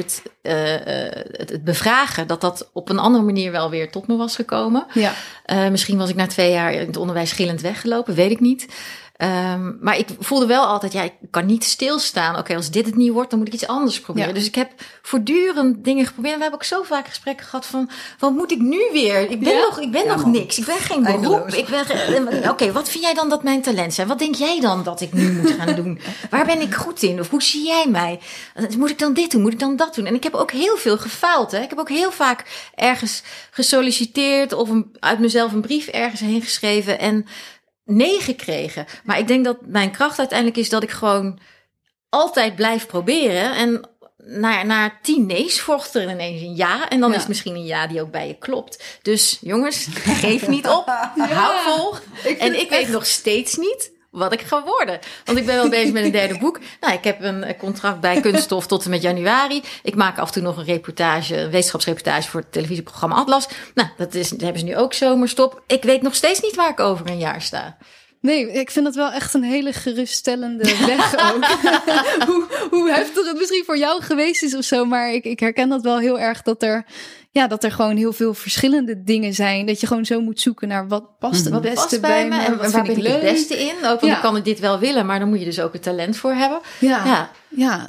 D: het bevragen, dat op een andere manier wel weer tot me was gekomen. Ja. Misschien was ik na 2 jaar in het onderwijs gillend weggelopen, weet ik niet. Maar ik voelde wel altijd, ik kan niet stilstaan. Oké, als dit het niet wordt, dan moet ik iets anders proberen. Ja. Dus ik heb voortdurend dingen geprobeerd. En we hebben ook zo vaak gesprekken gehad van, wat moet ik nu weer? Ik ben nog niks. Ik ben geen beroep. Oké, wat vind jij dan dat mijn talent zijn? Wat denk jij dan dat ik nu moet gaan doen? Waar ben ik goed in? Of hoe zie jij mij? Moet ik dan dit doen? Moet ik dan dat doen? En ik heb ook heel veel gefaald. Hè? Ik heb ook heel vaak ergens gesolliciteerd of uit mezelf een brief ergens heen geschreven en nee gekregen. Maar ik denk dat mijn kracht uiteindelijk is dat ik gewoon altijd blijf proberen. En na 10 nee's volgt er ineens een ja. En dan is het misschien een ja die ook bij je klopt. Dus jongens, geef niet op. Hou vol. Ik weet nog steeds niet wat ik ga worden. Want ik ben wel bezig met een 3e boek. Nou, ik heb een contract bij Kunststof tot en met januari. Ik maak af en toe nog een wetenschapsreportage voor het televisieprogramma Atlas. Nou, dat hebben ze nu ook zomerstop. Ik weet nog steeds niet waar ik over een jaar sta.
C: Nee, ik vind dat wel echt een hele geruststellende weg ook. hoe heftig het misschien voor jou geweest is of zo. Maar ik herken dat wel heel erg dat er gewoon heel veel verschillende dingen zijn. Dat je gewoon zo moet zoeken naar wat past het beste bij me.
D: En waar ben ik het beste in? Ook, want dan kan ik dit wel willen, maar dan moet je dus ook het talent voor hebben.
C: Ja,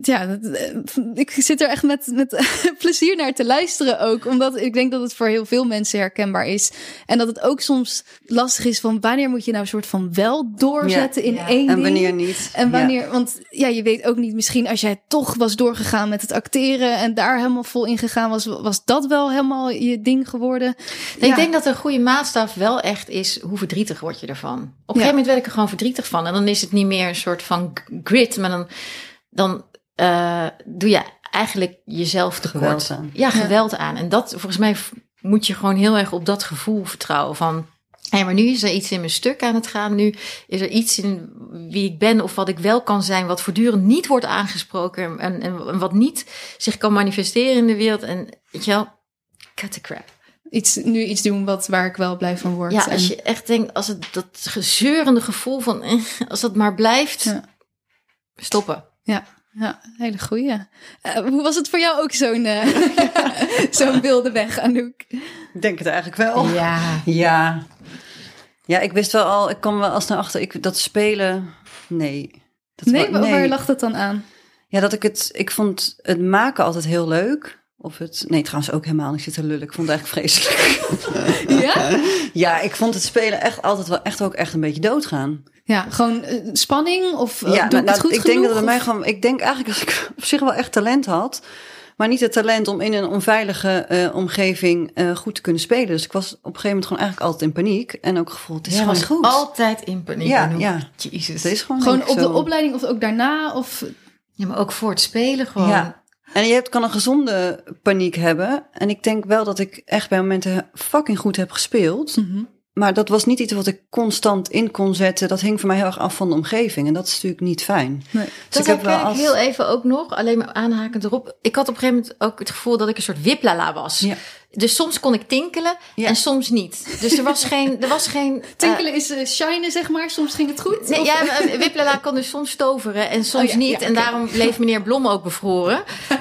C: ik zit er echt met plezier naar te luisteren ook. Omdat ik denk dat het voor heel veel mensen herkenbaar is. En dat het ook soms lastig is van wanneer moet je nou een soort van wel doorzetten in één ding.
A: En wanneer niet.
C: En wanneer, want je weet ook niet, misschien als jij toch was doorgegaan met het acteren en daar helemaal vol in gegaan was dat wel helemaal je ding geworden.
D: Nee, ik denk dat een goede maatstaf wel echt is, hoe verdrietig word je ervan? Op een gegeven moment werd ik er gewoon verdrietig van. En dan is het niet meer een soort van grit, maar dan doe je eigenlijk jezelf tekort. Geweld aan. En dat, volgens mij moet je gewoon heel erg op dat gevoel vertrouwen van, Hey, maar nu is er iets in mijn stuk aan het gaan. Nu is er iets in wie ik ben of wat ik wel kan zijn, wat voortdurend niet wordt aangesproken en wat niet zich kan manifesteren in de wereld. En weet je wel, cut the crap.
C: Nu iets doen waar ik wel blij van word.
D: Ja, als je echt denkt, als het dat gezeurende gevoel van, als dat maar blijft, stoppen.
C: Ja, hele goeie. Hoe was het voor jou ook zo'n wilde weg, Anouk?
A: Ik denk het eigenlijk wel. Ja, ik wist wel al, ik kwam wel als naar achter, dat spelen, nee.
C: Waar lag dat dan aan?
A: Ja, ik vond het maken altijd heel leuk. Nee, trouwens ook helemaal niet te lullen. Ik vond het eigenlijk vreselijk.
C: Ja?
A: Ja, ik vond het spelen echt altijd wel echt een beetje doodgaan.
C: Ja, gewoon spanning of doe ik het goed
A: ik
C: genoeg?
A: Denk dat het mij gewoon, ik denk eigenlijk dat ik op zich wel echt talent had. Maar niet het talent om in een onveilige omgeving goed te kunnen spelen. Dus ik was op een gegeven moment gewoon eigenlijk altijd in paniek. En ook gevoeld, het is gewoon goed.
D: Altijd in paniek.
A: Ja.
D: Jezus.
A: Het is gewoon
C: op de opleiding of ook daarna? Of...
D: Ja, maar ook voor het spelen gewoon.
A: Ja. En je kan een gezonde paniek hebben. En ik denk wel dat ik echt bij momenten fucking goed heb gespeeld. Mm-hmm. Maar dat was niet iets wat ik constant in kon zetten. Dat hing voor mij heel erg af van de omgeving. En dat is natuurlijk niet fijn.
D: Nee. Dus dat heb ik heel even ook nog. Alleen maar aanhakend erop. Ik had op een gegeven moment ook het gevoel dat ik een soort wiplala was. Ja. Dus soms kon ik tinkelen en soms niet. Dus er was geen
C: tinkelen is shinen, zeg maar. Soms ging het goed.
D: Nee, wiplala kon dus soms stoveren en soms niet. Ja, en daarom bleef meneer Blom ook bevroren.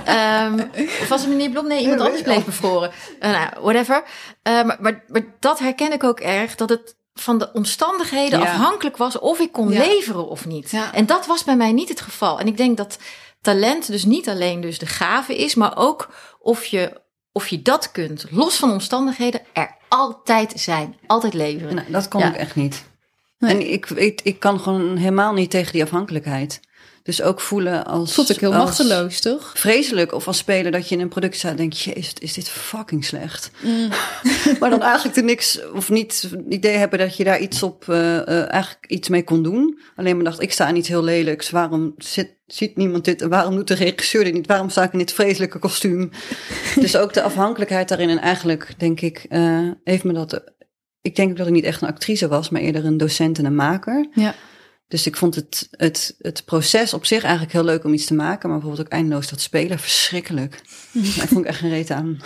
D: Of was het meneer Blom? Nee, iemand anders bleef bevroren. Whatever. Maar dat herken ik ook erg. Dat het van de omstandigheden afhankelijk was of ik kon leveren of niet. Ja. En dat was bij mij niet het geval. En ik denk dat talent dus niet alleen dus de gave is, maar ook of je dat kunt, los van omstandigheden, er altijd zijn. Altijd leveren.
A: Nou, dat kon ik echt niet. Nee. En ik kan gewoon helemaal niet tegen die afhankelijkheid. Dus ook voelen als...
C: Voelt ik heel machteloos, toch?
A: Vreselijk. Of als speler dat je in een productie staat en denk je, jezus, is dit fucking slecht. Mm. Maar dan eigenlijk er niks of niet het idee hebben dat je daar iets op eigenlijk iets mee kon doen. Alleen maar dacht, ik sta in iets heel lelijks. Waarom ziet niemand dit? En waarom doet de regisseur dit niet? Waarom sta ik in dit vreselijke kostuum? Dus ook de afhankelijkheid daarin. En eigenlijk denk ik, heeft me dat... Ik denk ook dat ik niet echt een actrice was, maar eerder een docent en een maker. Ja. Dus ik vond het proces op zich eigenlijk heel leuk om iets te maken. Maar bijvoorbeeld ook eindeloos dat spelen, verschrikkelijk. Daar vond ik echt geen reet aan.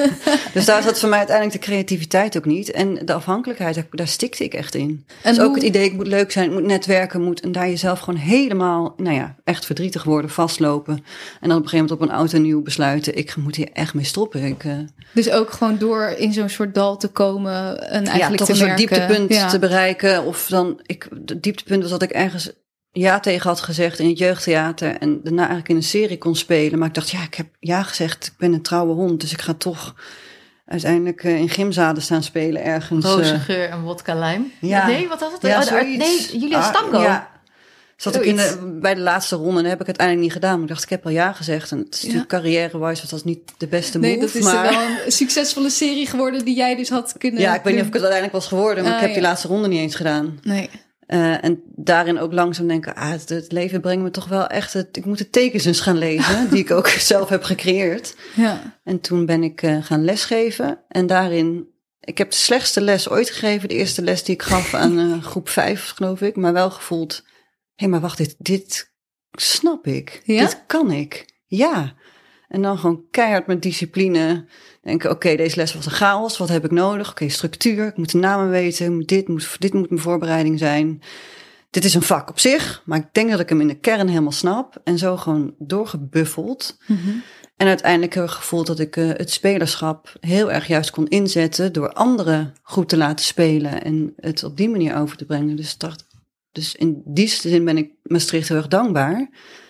A: Dus daar zat voor mij uiteindelijk de creativiteit ook niet. En de afhankelijkheid, daar stikte ik echt in. En dus ook het idee, ik moet leuk zijn, ik moet netwerken, en daar jezelf gewoon helemaal, echt verdrietig worden, vastlopen. En dan op een gegeven moment op een oud en nieuw besluiten, ik moet hier echt mee stoppen.
C: Dus ook gewoon door in zo'n soort dal te komen en eigenlijk
A: toch
C: te
A: een
C: merken.
A: Soort dieptepunt te bereiken. Of dan, het dieptepunt was dat ik ergens ja tegen had gezegd in het jeugdtheater en daarna eigenlijk in een serie kon spelen. Maar ik dacht, ik heb ja gezegd, ik ben een trouwe hond, dus ik ga toch uiteindelijk in gymzaden staan spelen ergens.
D: Rozengeur en wodka lijm.
A: Ja.
D: Nee, wat was het?
A: Ja,
D: nee, Julia Stango.
A: Ja. Zat ik bij de laatste ronde en dat heb ik uiteindelijk niet gedaan. Maar ik dacht, ik heb al ja gezegd. En het is natuurlijk carrière-wise, dat was niet de beste move.
C: Nee, dat is wel een succesvolle serie geworden die jij dus had kunnen...
A: Ja, ik weet niet of ik het uiteindelijk was geworden, maar ik heb die laatste ronde niet eens gedaan.
C: Nee.
A: En daarin ook langzaam denken, het leven brengt me toch wel echt... ik moet de tekens eens gaan lezen, die ik ook zelf heb gecreëerd. Ja. En toen ben ik gaan lesgeven. En daarin, ik heb de slechtste les ooit gegeven. De eerste les die ik gaf aan groep 5, geloof ik. Maar wel gevoeld, maar wacht, dit snap ik. Ja? Dit kan ik. Ja. En dan gewoon keihard met discipline denken, oké, deze les was een chaos. Wat heb ik nodig? Oké, structuur. Ik moet de namen weten. Dit moet mijn voorbereiding zijn. Dit is een vak op zich. Maar ik denk dat ik hem in de kern helemaal snap. En zo gewoon doorgebuffeld. Mm-hmm. En uiteindelijk heb ik gevoeld dat ik het spelerschap heel erg juist kon inzetten door anderen goed te laten spelen en het op die manier over te brengen. Dus in die zin ben ik Maastricht heel erg dankbaar.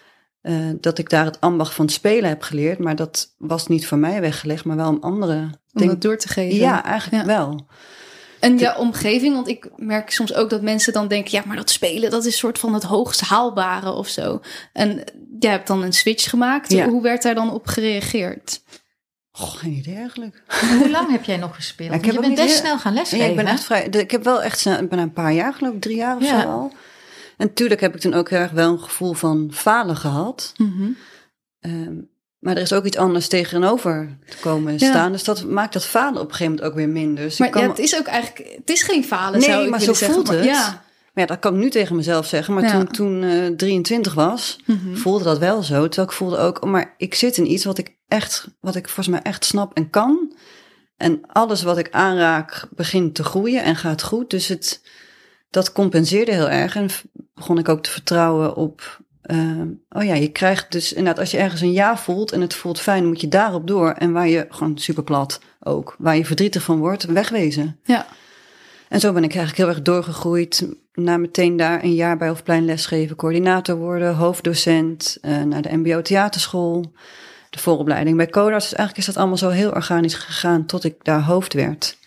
A: Dat ik daar het ambacht van het spelen heb geleerd. Maar dat was niet voor mij weggelegd, maar wel om anderen...
C: Om dat door te geven.
A: Ja, eigenlijk wel.
C: En jouw omgeving, want ik merk soms ook dat mensen dan denken... maar dat spelen, dat is een soort van het hoogst haalbare of zo. En jij hebt dan een switch gemaakt. Ja. Hoe werd daar dan op gereageerd?
A: Geen idee eigenlijk.
D: Hoe lang heb jij nog gespeeld? Ja, je bent best snel gaan lesgeven.
A: Ja, ik ben echt vrij... Ik heb wel echt snel... Ik ben een paar jaar, geloof ik, 3 jaar of zo al. En natuurlijk heb ik toen ook heel erg wel een gevoel van falen gehad. Mm-hmm. Maar er is ook iets anders tegenover te komen staan. Dus dat maakt dat falen op een gegeven moment ook weer minder. Dus
C: maar het is ook eigenlijk... Het is geen falen, zou ik
A: maar
C: willen
A: zo
C: zeggen.
A: voelt het.
C: Ja.
A: Maar ja, dat kan ik nu tegen mezelf zeggen. Maar toen 23 was, voelde dat wel zo. Terwijl ik voelde ook, maar ik zit in iets wat ik volgens mij echt snap en kan. En alles wat ik aanraak begint te groeien en gaat goed. Dus dat compenseerde heel erg. En begon ik ook te vertrouwen op... je krijgt dus inderdaad, als je ergens een ja voelt en het voelt fijn, moet je daarop door. En waar je gewoon super plat ook, waar je verdrietig van wordt, wegwezen.
C: Ja.
A: En zo ben ik eigenlijk heel erg doorgegroeid. Na meteen daar een jaar bij Hofplein lesgeven, coördinator worden, hoofddocent, naar de MBO theaterschool, de vooropleiding bij Codarts. Dus eigenlijk is dat allemaal zo heel organisch gegaan tot ik daar hoofd werd.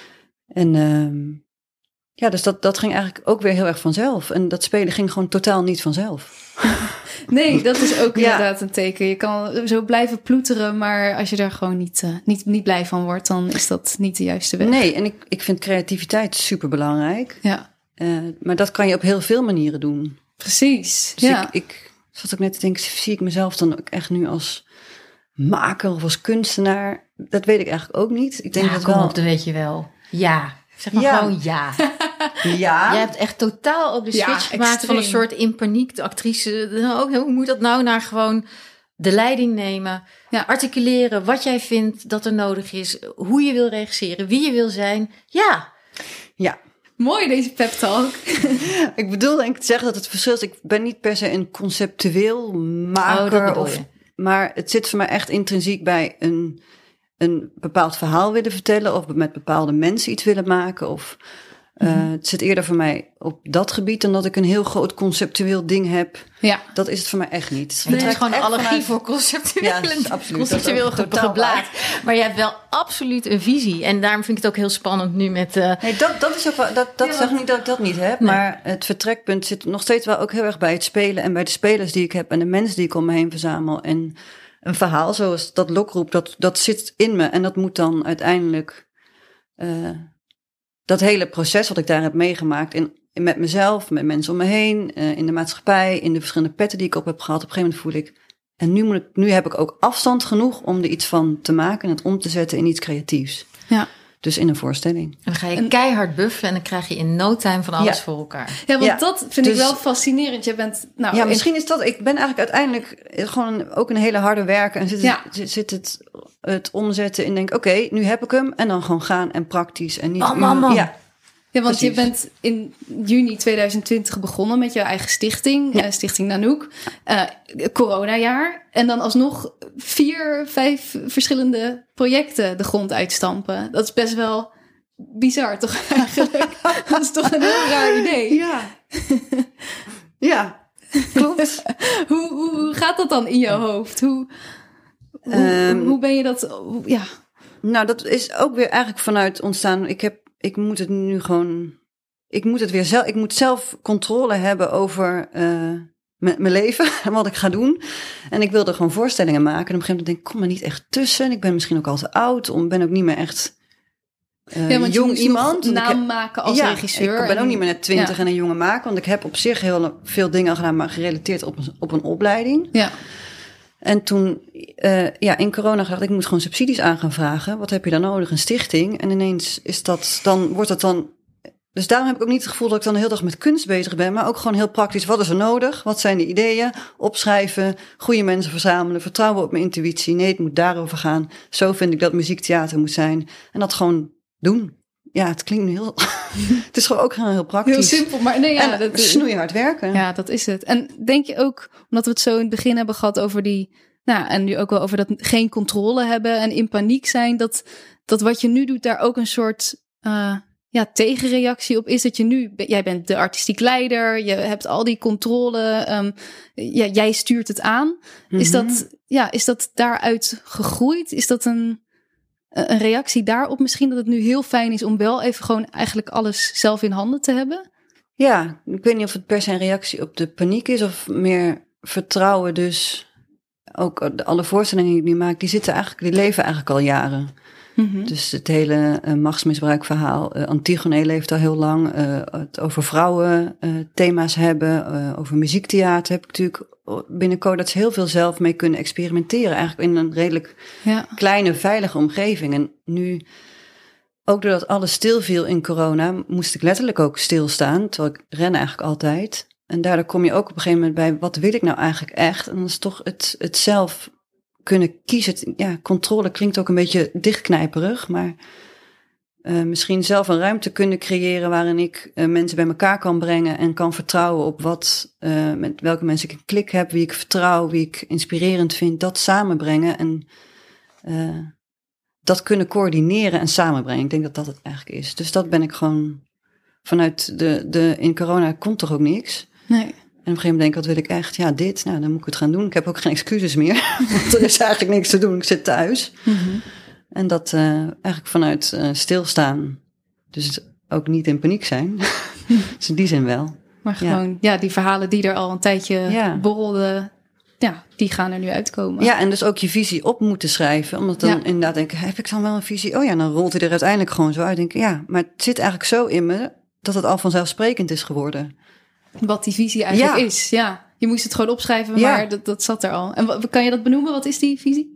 A: En dus dat ging eigenlijk ook weer heel erg vanzelf. En dat spelen ging gewoon totaal niet vanzelf.
C: Nee, dat is ook inderdaad een teken. Je kan zo blijven ploeteren, maar als je daar gewoon niet blij van wordt, dan is dat niet de juiste weg.
A: Nee, en ik vind creativiteit super belangrijk.
C: Ja.
A: Maar dat kan je op heel veel manieren doen.
C: Precies.
A: Dus ik zat ook net te denken, zie ik mezelf dan ook echt nu als maker of als kunstenaar? Dat weet ik eigenlijk ook niet. Ik denk dat
D: kom op, dat weet je wel. Ja. Zeg maar gewoon ja.
A: Ja.
D: Je hebt echt totaal op de switch gemaakt van een soort in paniek. De actrice, hoe moet dat nou naar gewoon de leiding nemen. Ja. Articuleren wat jij vindt dat er nodig is. Hoe je wil regisseren, wie je wil zijn. Ja.
A: Ja.
C: Mooi deze pep talk.
A: Ik bedoel denk ik te zeggen dat het verschil is. Ik ben niet per se een conceptueel maker. Maar het zit voor mij echt intrinsiek bij een bepaald verhaal willen vertellen. Of met bepaalde mensen iets willen maken. Of het zit eerder voor mij op dat gebied dan dat ik een heel groot conceptueel ding heb. Ja. Dat is het voor mij echt niet.
D: Het is gewoon een allergie voor conceptueel geblaad. Maar je hebt wel absoluut een visie. En daarom vind ik het ook heel spannend nu met...
A: Nee, dat is ook wel... Dat zeg niet dat ik dat niet heb. Nee. Maar het vertrekpunt zit nog steeds wel ook heel erg bij het spelen. En bij de spelers die ik heb. En de mensen die ik om me heen verzamel. En een verhaal zoals dat Lokroep, dat zit in me. En dat moet dan uiteindelijk... dat hele proces wat ik daar heb meegemaakt... met mezelf, met mensen om me heen... in de maatschappij, in de verschillende petten die ik op heb gehad... op een gegeven moment voel ik... en nu heb ik ook afstand genoeg om er iets van te maken... en het om te zetten in iets creatiefs. Ja. Dus in een voorstelling.
D: En dan ga je keihard buffelen... en dan krijg je in no time van alles voor elkaar.
C: Ja, want dat vind ik wel fascinerend. Je bent...
A: misschien is dat... Ik ben eigenlijk uiteindelijk gewoon ook een hele harde werker... en zit het omzetten in denk... oké, nu heb ik hem... en dan gewoon gaan en praktisch en niet...
C: Ja, want je bent in juni 2020 begonnen met je eigen stichting. Stichting Nanook. Coronajaar. En dan alsnog 5 verschillende projecten de grond uitstampen. Dat is best wel bizar, toch eigenlijk? Dat is toch een heel raar idee.
A: Ja, klopt.
C: Hoe gaat dat dan in je hoofd? Hoe ben je dat...
A: Nou, dat is ook weer eigenlijk vanuit ontstaan... Ik moet het nu gewoon... Ik moet zelf controle hebben over mijn leven en wat ik ga doen. En ik wilde gewoon voorstellingen maken. En op een gegeven moment denk ik, kom er niet echt tussen. Ik ben misschien ook al te oud. Ben ook niet meer echt jong iemand.
C: Naam maken als regisseur.
A: Ik ben ook niet meer net 20 en een jonge maker. Want ik heb op zich heel veel dingen gedaan, maar gerelateerd op een opleiding. Ja. En toen, in corona dacht ik moet gewoon subsidies aan gaan vragen. Wat heb je dan nodig? Een stichting. En ineens wordt dat dan... Dus daarom heb ik ook niet het gevoel dat ik dan de hele dag met kunst bezig ben. Maar ook gewoon heel praktisch. Wat is er nodig? Wat zijn de ideeën? Opschrijven. Goede mensen verzamelen. Vertrouwen op mijn intuïtie. Nee, het moet daarover gaan. Zo vind ik dat muziektheater moet zijn. En dat gewoon doen. Ja, het klinkt nu heel... Het is gewoon ook heel praktisch.
C: Heel simpel, maar nee, ja.
A: En snoeihard werken.
C: Ja, dat is het. En denk je ook, omdat we het zo in het begin hebben gehad over die... Nou, en nu ook wel over dat geen controle hebben en in paniek zijn. Dat wat je nu doet daar ook een soort tegenreactie op is. Dat je nu... Jij bent de artistiek leider. Je hebt al die controle. Jij stuurt het aan. Mm-hmm. Is dat daaruit gegroeid? Is dat een reactie daarop misschien, dat het nu heel fijn is om wel even gewoon eigenlijk alles zelf in handen te hebben?
A: Ja, ik weet niet of het per se een reactie op de paniek is of meer vertrouwen. Dus ook alle voorstellingen die ik nu maak, die leven eigenlijk al jaren. Mm-hmm. Dus het hele machtsmisbruikverhaal. Antigone leeft al heel lang. Het over vrouwen thema's hebben. Over muziektheater heb ik natuurlijk binnen Codarts heel veel zelf mee kunnen experimenteren. Eigenlijk in een redelijk kleine, veilige omgeving. En nu, ook doordat alles stilviel in corona, moest ik letterlijk ook stilstaan. Terwijl ik ren eigenlijk altijd. En daardoor kom je ook op een gegeven moment bij, wat wil ik nou eigenlijk echt? En dat is toch het zelf kunnen kiezen. Ja, controle klinkt ook een beetje dichtknijperig, maar misschien zelf een ruimte kunnen creëren waarin ik mensen bij elkaar kan brengen en kan vertrouwen op met welke mensen ik een klik heb, wie ik vertrouw, wie ik inspirerend vind, dat samenbrengen en dat kunnen coördineren en samenbrengen. Ik denk dat dat het eigenlijk is. Dus dat ben ik gewoon vanuit in corona kon toch ook niks.
C: Nee.
A: En op een gegeven moment denk ik, wat wil ik echt? Ja, dit. Nou, dan moet ik het gaan doen. Ik heb ook geen excuses meer. Want er is eigenlijk niks te doen. Ik zit thuis.
C: Mm-hmm.
A: En dat eigenlijk vanuit stilstaan. Dus ook niet in paniek zijn. Dus in die zin wel.
C: Maar gewoon, die verhalen die er al een tijdje borrelden, die gaan er nu uitkomen.
A: Ja, en dus ook je visie op moeten schrijven. Omdat dan inderdaad denk ik, heb ik dan wel een visie? Oh ja, dan rolt hij er uiteindelijk gewoon zo uit. Denk ik, maar het zit eigenlijk zo in me dat het al vanzelfsprekend is geworden.
C: Wat die visie eigenlijk is. Ja, je moest het gewoon opschrijven, maar dat zat er al. En kan je dat benoemen? Wat is die visie?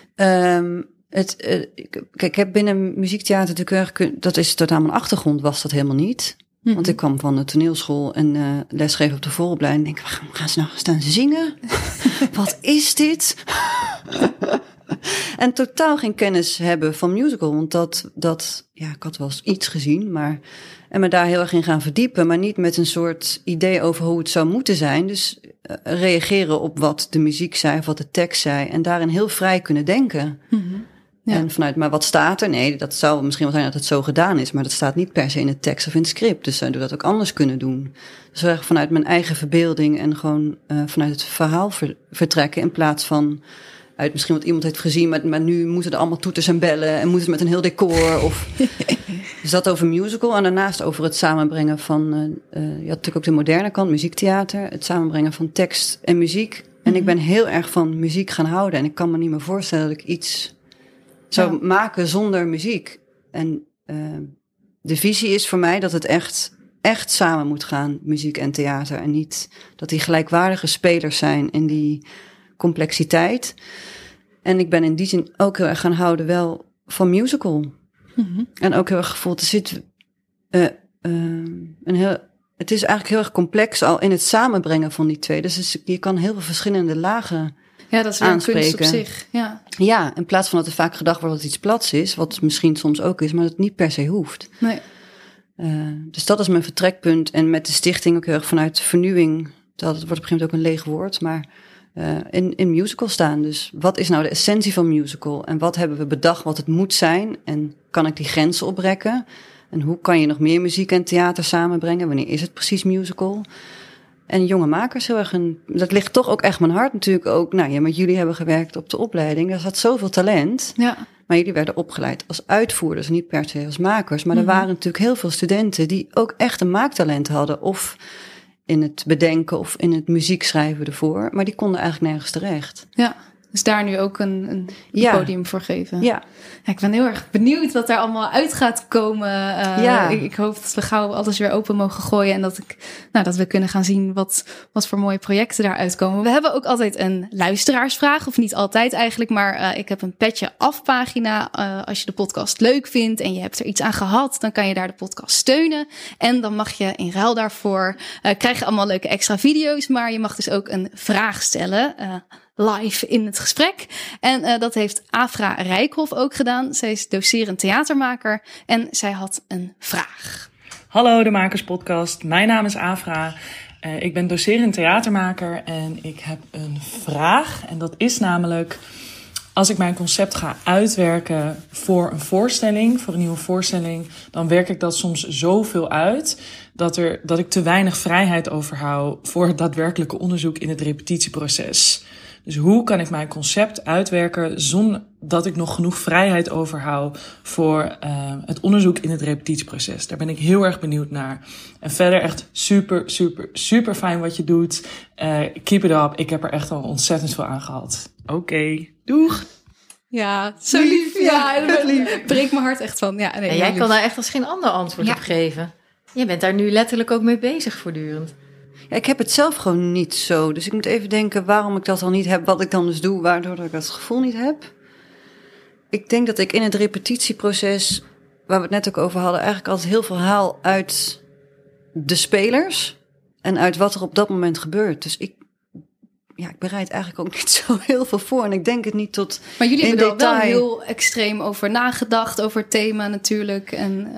A: Kijk, ik heb binnen muziektheater natuurlijk, dat is totaal mijn achtergrond, was dat helemaal niet. Mm-hmm. Want ik kwam van de toneelschool en lesgeven op de vooropleiding. En denk, gaan ze nou staan zingen? Wat is dit? En totaal geen kennis hebben van musical. Want ik had wel eens iets gezien, en me daar heel erg in gaan verdiepen, maar niet met een soort idee over hoe het zou moeten zijn. Dus reageren op wat de muziek zei, of wat de tekst zei, en daarin heel vrij kunnen denken.
C: Mm-hmm. Ja.
A: En vanuit, maar wat staat er? Nee, dat zou misschien wel zijn dat het zo gedaan is, maar dat staat niet per se in de tekst of in het script. Dus zou dat ook anders kunnen doen. Dus erg vanuit mijn eigen verbeelding en gewoon vanuit het verhaal vertrekken, in plaats van uit misschien wat iemand heeft gezien, maar nu moeten er allemaal toeters en bellen en moet het met een heel decor. Dus dat over musical. En daarnaast over het samenbrengen van, je had natuurlijk ook de moderne kant, muziektheater, het samenbrengen van tekst en muziek. En ik ben heel erg van muziek gaan houden en ik kan me niet meer voorstellen dat ik iets zou maken zonder muziek. En de visie is voor mij dat het echt samen moet gaan, muziek en theater. En niet dat die gelijkwaardige spelers zijn in die complexiteit. En ik ben in die zin ook heel erg gaan houden wel van musical. Mm-hmm. En ook heel erg gevoeld, er zit het is eigenlijk heel erg complex al in het samenbrengen van die twee. Dus je kan heel veel verschillende lagen
C: dat is weer een kunst op zich.
A: Ja, in plaats van dat er vaak gedacht wordt dat iets plats is, wat het misschien soms ook is, maar dat het niet per se hoeft.
C: Nee.
A: Dus dat is mijn vertrekpunt. En met de stichting ook heel erg vanuit vernieuwing. Dat wordt op een gegeven moment ook een leeg woord, maar in musical staan. Dus wat is nou de essentie van musical? En wat hebben we bedacht wat het moet zijn? En kan ik die grenzen oprekken? En hoe kan je nog meer muziek en theater samenbrengen? Wanneer is het precies musical? En jonge makers heel erg dat ligt toch ook echt mijn hart natuurlijk ook. Met jullie hebben gewerkt op de opleiding. Er zat zoveel talent.
C: Ja.
A: Maar jullie werden opgeleid als uitvoerders, niet per se als makers. Maar er waren natuurlijk heel veel studenten die ook echt een maaktalent hadden. Of in het bedenken of in het muziek schrijven ervoor. Maar die konden eigenlijk nergens terecht.
C: Ja, dus daar nu ook een podium voor geven.
A: Ja.
C: Ik ben heel erg benieuwd wat daar allemaal uit gaat komen. Ik hoop dat we gauw alles weer open mogen gooien. En dat we kunnen gaan zien wat voor mooie projecten daaruit komen. We hebben ook altijd een luisteraarsvraag. Of niet altijd eigenlijk. Maar ik heb een Petje Af pagina. Als je de podcast leuk vindt en je hebt er iets aan gehad, dan kan je daar de podcast steunen. En dan mag je in ruil daarvoor krijg je allemaal leuke extra video's. Maar je mag dus ook een vraag stellen. Live in het gesprek. En dat heeft Afra Rijkhoff ook gedaan. Zij is docerend theatermaker en zij had een vraag.
B: Hallo de Makerspodcast, mijn naam is Afra. Ik ben docerend theatermaker en ik heb een vraag. En dat is namelijk, als ik mijn concept ga uitwerken voor een nieuwe voorstelling, dan werk ik dat soms zoveel uit dat ik te weinig vrijheid overhoud voor het daadwerkelijke onderzoek in het repetitieproces. Dus hoe kan ik mijn concept uitwerken zonder dat ik nog genoeg vrijheid overhoud voor het onderzoek in het repetitieproces? Daar ben ik heel erg benieuwd naar. En verder echt super, super, super fijn wat je doet. Keep it up. Ik heb er echt al ontzettend veel aan gehad. Oké, doeg!
C: Ja, zo lief. Ja, lief. Breekt mijn hart echt van. Ja, nee,
D: jij kan daar echt als geen ander antwoord op geven. Je bent daar nu letterlijk ook mee bezig voortdurend.
A: Ja, ik heb het zelf gewoon niet zo. Dus ik moet even denken waarom ik dat dan niet heb. Wat ik dan dus doe, waardoor ik dat gevoel niet heb. Ik denk dat ik in het repetitieproces, waar we het net ook over hadden, eigenlijk altijd heel veel haal uit de spelers en uit wat er op dat moment gebeurt. Dus ik bereid eigenlijk ook niet zo heel veel voor. En ik denk het niet tot
C: maar jullie
A: in
C: hebben er
A: detail.
C: wel heel extreem over nagedacht, over het thema natuurlijk. En,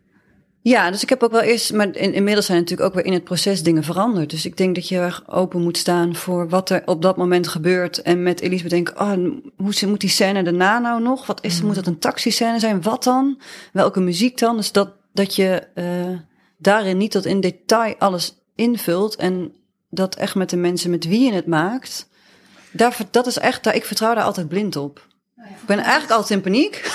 A: Ja, dus ik heb ook wel eerst, maar inmiddels zijn natuurlijk ook weer in het proces dingen veranderd. Dus ik denk dat je erg open moet staan voor wat er op dat moment gebeurt. En met Elise bedenken, hoe moet die scène daarna nou nog? Wat is, moet dat een taxiscène zijn? Wat dan? Welke muziek dan? Dus dat je daarin niet tot in detail alles invult en dat echt met de mensen met wie je het maakt. Dat is echt, ik vertrouw daar altijd blind op. Ik ben eigenlijk altijd in paniek.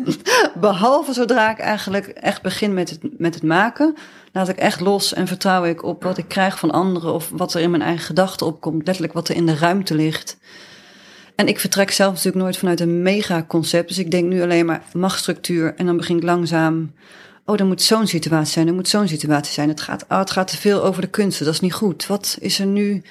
A: Behalve zodra ik eigenlijk echt begin met het maken. Laat ik echt los en vertrouw ik op wat ik krijg van anderen. Of wat er in mijn eigen gedachten opkomt. Letterlijk wat er in de ruimte ligt. En ik vertrek zelf natuurlijk nooit vanuit een megaconcept. Dus ik denk nu alleen maar machtsstructuur. En dan begin ik langzaam. Er moet zo'n situatie zijn, er moet zo'n situatie zijn. Het gaat te veel over de kunsten, dat is niet goed. Wat is er nu?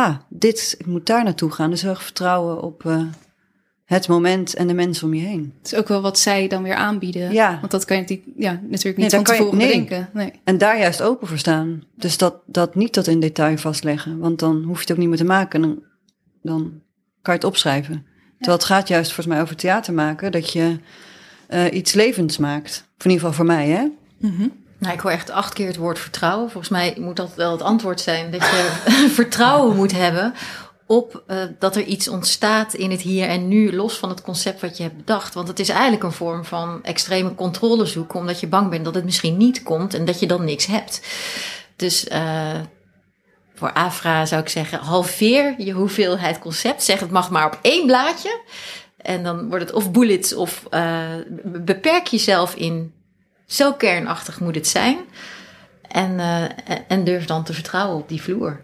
A: Ik moet daar naartoe gaan. Dus heel erg vertrouwen op het moment en de mensen om je heen.
C: Het is ook wel wat zij dan weer aanbieden.
A: Ja.
C: Want dat kan je natuurlijk niet van tevoren bedenken. Nee.
A: En daar juist open voor staan. Dus dat niet tot in detail vastleggen. Want dan hoef je het ook niet meer te maken. Dan kan je het opschrijven. Terwijl het gaat juist volgens mij over theater maken. Dat je iets levends maakt. In ieder geval voor mij, hè?
D: Mm-hmm. Nou, ik hoor echt 8 keer het woord vertrouwen. Volgens mij moet dat wel het antwoord zijn. Dat je vertrouwen moet hebben op dat er iets ontstaat in het hier en nu, los van het concept wat je hebt bedacht. Want het is eigenlijk een vorm van extreme controle zoeken, omdat je bang bent dat het misschien niet komt en dat je dan niks hebt. Dus voor Afra zou ik zeggen, halveer je hoeveelheid concept. Zeg, het mag maar op 1 blaadje. En dan wordt het of bullets of beperk jezelf in zo kernachtig moet het zijn. En durf dan te vertrouwen op die vloer.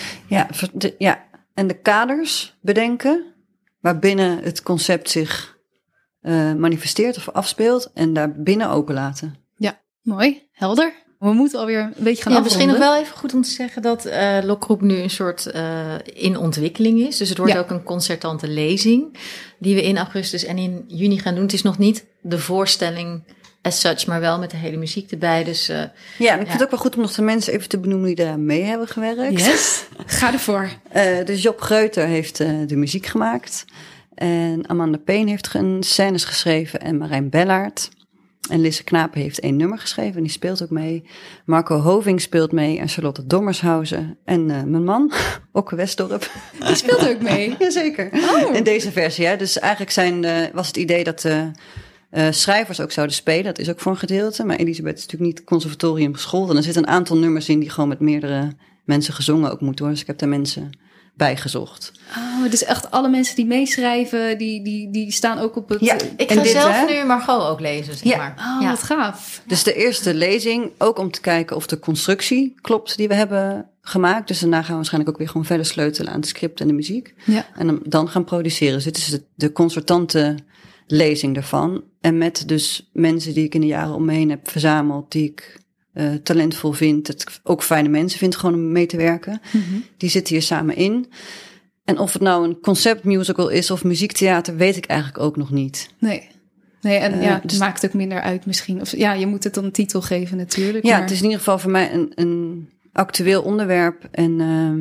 A: Ja. En de kaders bedenken waarbinnen het concept zich manifesteert of afspeelt. En daar binnen openlaten.
C: Ja, mooi. Helder. We moeten alweer een beetje gaan afronden.
D: Misschien nog wel even goed om te zeggen dat Lokgroep nu een soort in ontwikkeling is. Dus het wordt ook een concertante lezing die we in augustus en in juni gaan doen. Het is nog niet de voorstelling as such, maar wel met de hele muziek erbij. Dus, en ik
A: vind het ook wel goed om nog de mensen even te benoemen die daar mee hebben gewerkt.
C: Yes, ga ervoor.
A: Dus Job Greuter heeft de muziek gemaakt. En Amanda Peen heeft scènes geschreven en Marijn Bellaert. En Lisse Knapen heeft 1 nummer geschreven en die speelt ook mee. Marco Hoving speelt mee en Charlotte Dommershausen. En mijn man, Okke Westdorp.
C: Die speelt ook mee?
A: Jazeker. In deze versie. Hè. Dus eigenlijk was het idee dat schrijvers ook zouden spelen. Dat is ook voor een gedeelte. Maar Elisabeth is natuurlijk niet conservatorium geschoold. En er zitten een aantal nummers in die gewoon met meerdere mensen gezongen ook moeten worden. Dus ik heb daar mensen bij gezocht.
C: Dus echt alle mensen die meeschrijven, die staan ook op het...
D: Ja, ik ga zelf nu Margot ook lezen, zeg maar.
C: Wat gaaf.
A: Dus de eerste lezing, ook om te kijken of de constructie klopt die we hebben gemaakt. Dus daarna gaan we waarschijnlijk ook weer gewoon verder sleutelen aan het script en de muziek. Ja. En dan gaan produceren. Dus dit is de concertante lezing daarvan. En met dus mensen die ik in de jaren om me heen heb verzameld, die ik talentvol vind, het ook fijne mensen vind gewoon om mee te werken. Mm-hmm. Die zitten hier samen in. En of het nou een conceptmusical is of muziektheater, weet ik eigenlijk ook nog niet.
C: Nee, en het maakt ook minder uit misschien. Of je moet het dan een titel geven natuurlijk.
A: Ja, maar het is in ieder geval voor mij een actueel onderwerp en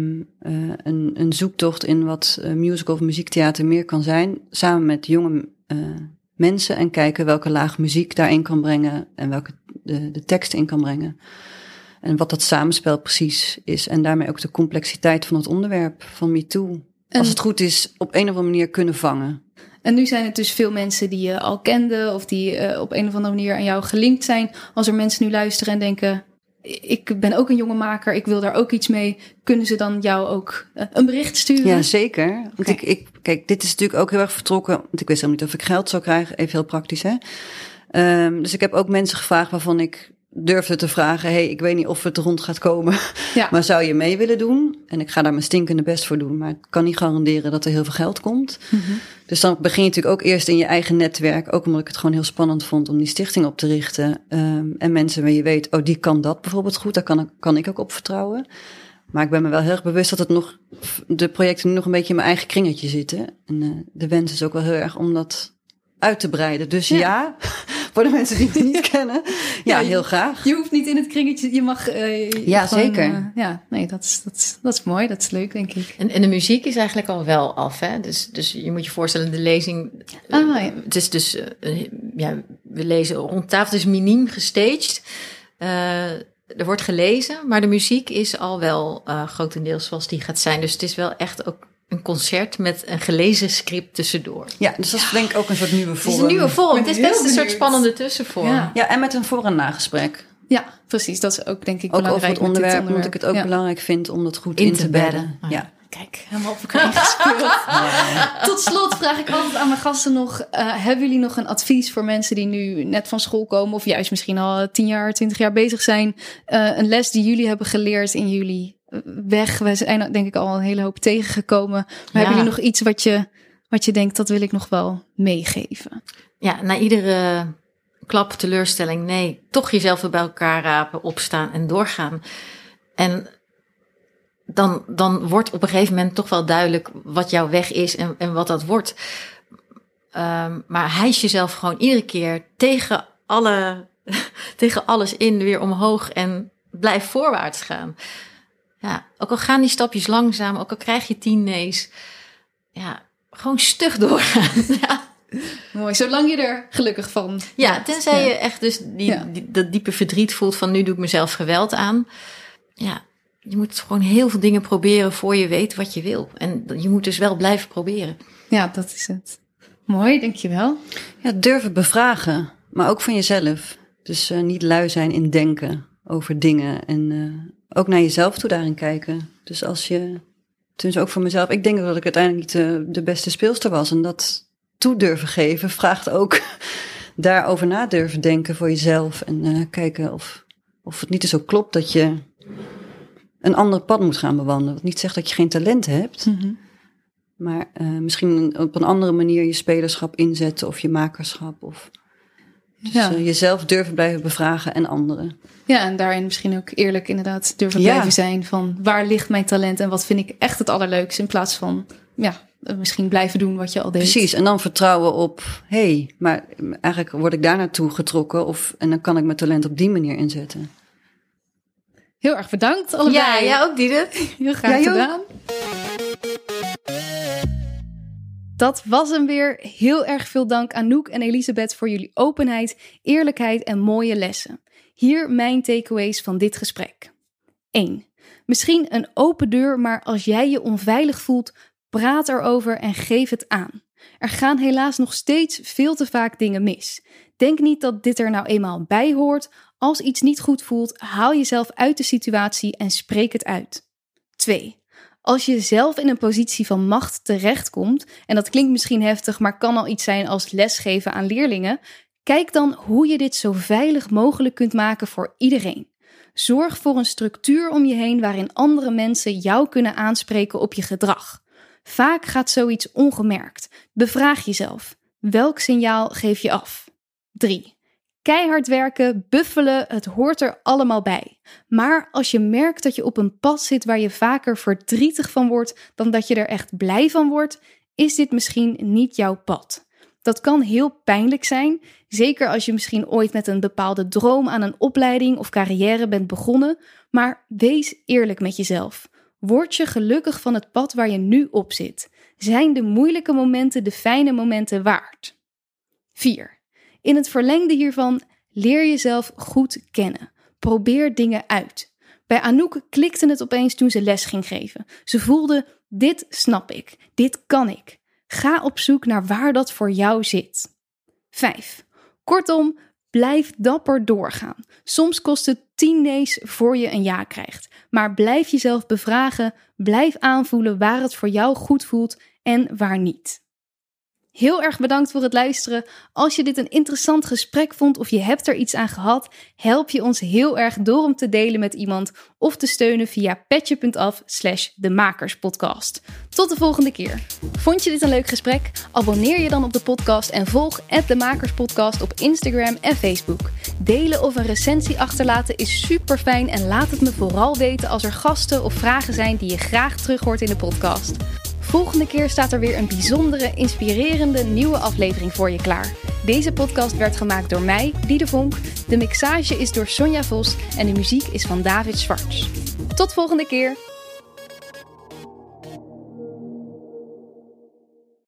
A: een zoektocht in wat musical of muziektheater meer kan zijn. Samen met jonge mensen en kijken welke laag muziek daarin kan brengen en welke de teksten in kan brengen. En wat dat samenspel precies is. En daarmee ook de complexiteit van het onderwerp van MeToo. Als het goed is, op een of andere manier kunnen vangen.
C: En nu zijn het dus veel mensen die je al kende of die op een of andere manier aan jou gelinkt zijn. Als er mensen nu luisteren en denken, ik ben ook een jonge maker, ik wil daar ook iets mee. Kunnen ze dan jou ook een bericht sturen?
A: Ja, zeker. Want kijk, dit is natuurlijk ook heel erg vertrokken. Want ik wist helemaal niet of ik geld zou krijgen. Even heel praktisch, hè. Dus ik heb ook mensen gevraagd waarvan ik durfde te vragen, hey, ik weet niet of het rond gaat komen, maar zou je mee willen doen? En ik ga daar mijn stinkende best voor doen, maar ik kan niet garanderen dat er heel veel geld komt. Mm-hmm. Dus dan begin je natuurlijk ook eerst in je eigen netwerk, ook omdat ik het gewoon heel spannend vond om die stichting op te richten. En mensen waar je weet, die kan dat bijvoorbeeld goed, daar kan ik ook op vertrouwen. Maar ik ben me wel heel erg bewust dat de projecten nu nog een beetje in mijn eigen kringetje zitten. En de wens is ook wel heel erg om dat uit te breiden. Dus ja voor de mensen die me niet kennen, heel graag.
C: Je hoeft niet in het kringetje, je mag...
A: ja, gewoon, zeker.
C: Dat is mooi, dat is leuk, denk ik.
D: En de muziek is eigenlijk al wel af, hè? Dus je moet je voorstellen, de lezing... Het is dus, we lezen rond tafel, het is miniem gestaged. Er wordt gelezen, maar de muziek is al wel grotendeels zoals die gaat zijn. Dus het is wel echt ook een concert met een gelezen script tussendoor.
A: Ja, dus dat is denk ik ook een soort nieuwe vorm.
D: Het is een nieuwe vorm. Het is best een soort spannende tussenvorm.
A: Ja, en met een voor- en nagesprek.
C: Ja, precies. Dat is ook denk ik
A: ook
C: belangrijk.
A: Ook over het onderwerp, omdat ik het ook belangrijk vind om dat goed in te bedden. Ja.
C: Kijk, helemaal op elkaar ingespeeld. Tot slot vraag ik altijd aan mijn gasten nog... hebben jullie nog een advies voor mensen die nu net van school komen... of juist misschien al 10 jaar, 20 jaar bezig zijn? Een les die jullie hebben geleerd in jullie weg? We zijn denk ik al een hele hoop tegengekomen. Maar hebben jullie nog iets wat je denkt... dat wil ik nog wel meegeven?
D: Ja, na iedere klap, teleurstelling... nee, toch jezelf weer bij elkaar rapen, opstaan en doorgaan. En... Dan wordt op een gegeven moment toch wel duidelijk wat jouw weg is en wat dat wordt. Maar hijs jezelf gewoon iedere keer tegen alles in weer omhoog en blijf voorwaarts gaan. Ja, ook al gaan die stapjes langzaam, ook al krijg je 10 nee's. Ja, gewoon stug doorgaan. Ja.
C: Mooi, zolang je er gelukkig van.
D: Ja, tenzij je echt dus dat diepe verdriet voelt van nu doe ik mezelf geweld aan. Ja. Je moet gewoon heel veel dingen proberen voor je weet wat je wil. En je moet dus wel blijven proberen.
C: Ja, dat is het. Mooi, dankjewel.
A: Ja, durven bevragen, maar ook van jezelf. Dus niet lui zijn in denken over dingen. En ook naar jezelf toe daarin kijken. Dus als je, dus ook voor mezelf, ik denk dat ik uiteindelijk niet de beste speelster was. En dat toe durven geven vraagt ook daarover na durven denken voor jezelf. En kijken of het niet zo klopt dat je... een ander pad moet gaan bewandelen. Wat niet zegt dat je geen talent hebt. Mm-hmm. Maar misschien op een andere manier je spelerschap inzetten. Of je makerschap. Dus jezelf durven blijven bevragen en anderen.
C: Ja, en daarin misschien ook eerlijk inderdaad durven blijven zijn. Van waar ligt mijn talent en wat vind ik echt het allerleukste. In plaats van misschien blijven doen wat je al deed.
A: Precies, en dan vertrouwen op... maar eigenlijk word ik daar naartoe getrokken. En dan kan ik mijn talent op die manier inzetten.
C: Heel erg bedankt allebei.
D: Ja, jij ook, Diede.
C: Heel graag gedaan. Dat was hem weer. Heel erg veel dank aan Noek en Elisabeth voor jullie openheid, eerlijkheid en mooie lessen. Hier mijn takeaways van dit gesprek. 1. Misschien een open deur, maar als jij je onveilig voelt, praat erover en geef het aan. Er gaan helaas nog steeds veel te vaak dingen mis. Denk niet dat dit er nou eenmaal bij hoort. Als iets niet goed voelt, haal jezelf uit de situatie en spreek het uit. 2. Als je zelf in een positie van macht terechtkomt, en dat klinkt misschien heftig, maar kan al iets zijn als lesgeven aan leerlingen, kijk dan hoe je dit zo veilig mogelijk kunt maken voor iedereen. Zorg voor een structuur om je heen waarin andere mensen jou kunnen aanspreken op je gedrag. Vaak gaat zoiets ongemerkt. Bevraag jezelf. Welk signaal geef je af? 3. Keihard werken, buffelen, het hoort er allemaal bij. Maar als je merkt dat je op een pad zit waar je vaker verdrietig van wordt dan dat je er echt blij van wordt, is dit misschien niet jouw pad. Dat kan heel pijnlijk zijn, zeker als je misschien ooit met een bepaalde droom aan een opleiding of carrière bent begonnen, maar wees eerlijk met jezelf. Word je gelukkig van het pad waar je nu op zit? Zijn de moeilijke momenten de fijne momenten waard? 4. In het verlengde hiervan, leer jezelf goed kennen. Probeer dingen uit. Bij Anouk klikte het opeens toen ze les ging geven. Ze voelde, dit snap ik, dit kan ik. Ga op zoek naar waar dat voor jou zit. 5. Kortom, blijf dapper doorgaan. Soms kost het 10 nee's voor je een ja krijgt. Maar blijf jezelf bevragen, blijf aanvoelen waar het voor jou goed voelt en waar niet. Heel erg bedankt voor het luisteren. Als je dit een interessant gesprek vond of je hebt er iets aan gehad, help je ons heel erg door hem te delen met iemand of te steunen via petje.af/demakerspodcast. Tot de volgende keer. Vond je dit een leuk gesprek? Abonneer je dan op de podcast en volg @demakerspodcast op Instagram en Facebook. Delen of een recensie achterlaten is super fijn en laat het me vooral weten als er gasten of vragen zijn die je graag terug hoort in de podcast. Volgende keer staat er weer een bijzondere, inspirerende nieuwe aflevering voor je klaar. Deze podcast werd gemaakt door mij, Diede Vonk. De mixage is door Sonja Vos en de muziek is van David Schwartz. Tot volgende keer!